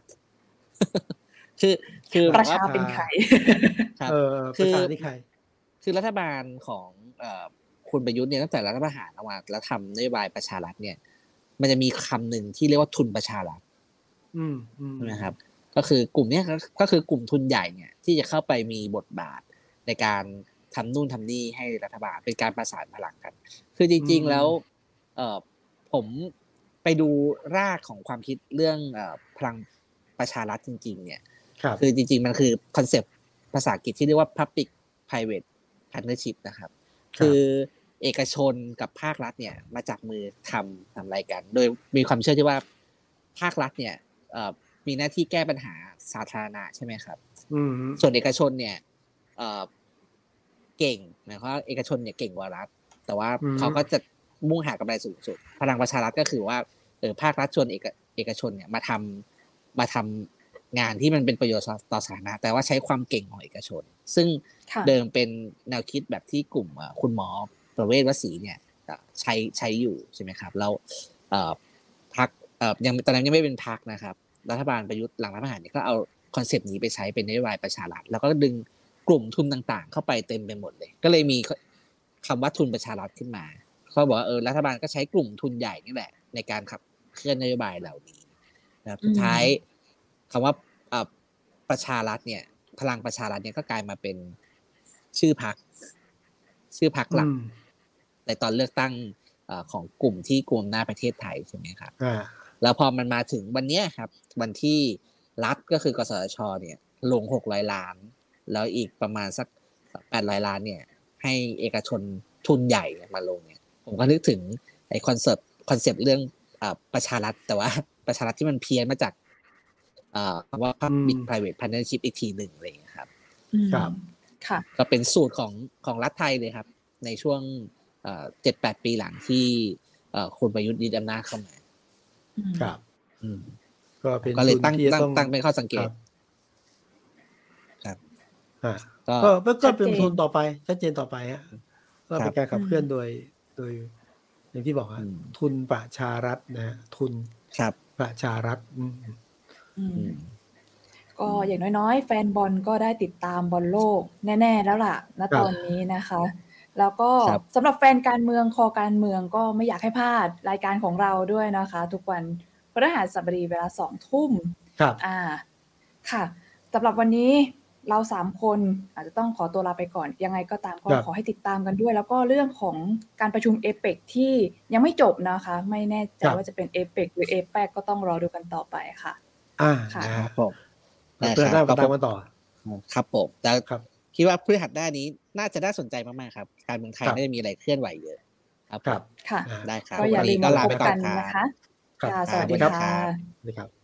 คือประชาเป็นใครครับประชาที่ใครคือรัฐบาลของคุณประยุทธ์เนี่ยตั้งแต่รัฐประหารออกมาแล้วทำนโยบายประชารัฐเนี่ยมันจะมีคำหนึ่งที่เรียกว่าทุนประชารัฐใช่ไหมครับก็คือกลุ่มนี้ก็คือกลุ่มทุนใหญ่เนี่ยที่จะเข้าไปมีบทบาทในการทำนู่นทำนี่ให้รัฐบาลเป็นการประสานพลังกันคือจริงๆแล้วผมไปดูรากของความคิดเรื่องพลังประชารัฐจริงๆเนี่ยคือจริงๆมันคือคอนเซปต์ภาษาอังกฤษที่เรียกว่า public private partnership นะครับคือเอกชนกับภาครัฐเนี่ยมาจับมือทำอะไรกันโดยมีความเชื่อที่ว่าภาครัฐเนี่ยมีหน้าที่แก้ปัญหาสาธารณะใช่ไหมครับส่วนเอกชนเนี่ยเก่งหมายความว่าเอกชนเนี่ยเก่งกว่ารัฐแต่ว่าเขาก็จะมุ่งหากำไรสูงสุดพลังประชารัฐก็คือว่าภาครัฐชวนเอกชนเนี่ยมาทำงานที่มันเป็นประโยชน์ต่อสาธารณะแต่ว่าใช้ความเก่งของเอกชนซึ่งเดิมเป็นแนวคิดแบบที่กลุ่มคุณหมอประเวศวสีเนี่ยใช้อยู่ใช่ไหมครับแล้วพรรคยังตอนนั้นยังไม่เป็นพรรคนะครับรัฐบาลประยุทธ์หลังรัฐประหารเนี่ยก็เอาคอนเซปต์นี้ไปใช้เป็นนโยบายประชารัฐแล้วก็ดึงกลุ่มทุนต่างๆเข้าไปเต็มไปหมดเลยก็เลยมีคำว่าทุนประชารัฐขึ้นมาเขาบอกว่ารัฐบาลก็ใช้กลุ่มทุนใหญ่นี่แหละในการขับเคลื่อนนโยบายเหล่านี้นะครับสุดท้ายคำว่าประชารัฐเนี่ยพลังประชารัฐเนี่ยก็กลายมาเป็นชื่อพรรคหลักในตอนเลือกตั้งของกลุ่มที่กุมอำนาจประเทศไทยใช่ไหมครับแล้วพอมันมาถึงวันนี้ครับวันที่รัฐก็คือกสทชเนี่ยลง600 ล้านแล้วอีกประมาณสัก800 ล้านเนี่ยให้เอกชนทุนใหญ่มาลงเนี่ยผมก็นึกถึงไอ้คอนเซปต์เรื่องประชารัฐแต่ว่าประชารัฐที่มันเพี้ยนมาจากคำว่า public private partnership อีกทีหนึ่งอะไรอย่างเงี้ยครับค่ะก็เป็นสูตรของรัฐไทยเลยครับในช่วง7-8 ปีหลังที่คุณประยุทธ์ยึดอำนาจเข้ามาครับก็เลยตั้งเป็นข้อสังเกตครับก็เป็นทุนต่อไปชัดเจนต่อไปฮะก็เป็นการขับเคลื่อนโดยอย่างที่บอกฮะทุนประชารัฐนะทุนประชารัฐก็อย่างน้อยๆแฟนบอลก็ได้ติดตามบอลโลกแน่ๆแล้วล่ะณตอนนี้นะคะแล้วก็สำหรับแฟนการเมืองคอการเมืองก็ไม่อยากให้พลาดรายการของเราด้วยนะคะทุกวันพฤหัสบดีเวลา 20:00 นค่ะสำหรับวันนี้เรา3คนอาจจะต้องขอตัวลาไปก่อนยังไงก็ตามก็ขอให้ติดตามกันด้วยแล้วก็เรื่องของการประชุมเอเปกที่ยังไม่จบนะคะไม่แน่ใจว่าจะเป็นเอเปกหรือเอแปกก็ต้องรอดูกันต่อไปค่ะครับผมเพื่อได้มาตามกันต่อครับผมแต่คิดว่าพฤหัสหน้านี้น่าจะน่าสนใจมากๆครับการเมืองไทยน่าจะมีอะไรเคลื่อนไหวเยอะครับค่ะได้ครับก็อย่าลืมก็ลาไปก่อนนะคะสวัสดีค่ะ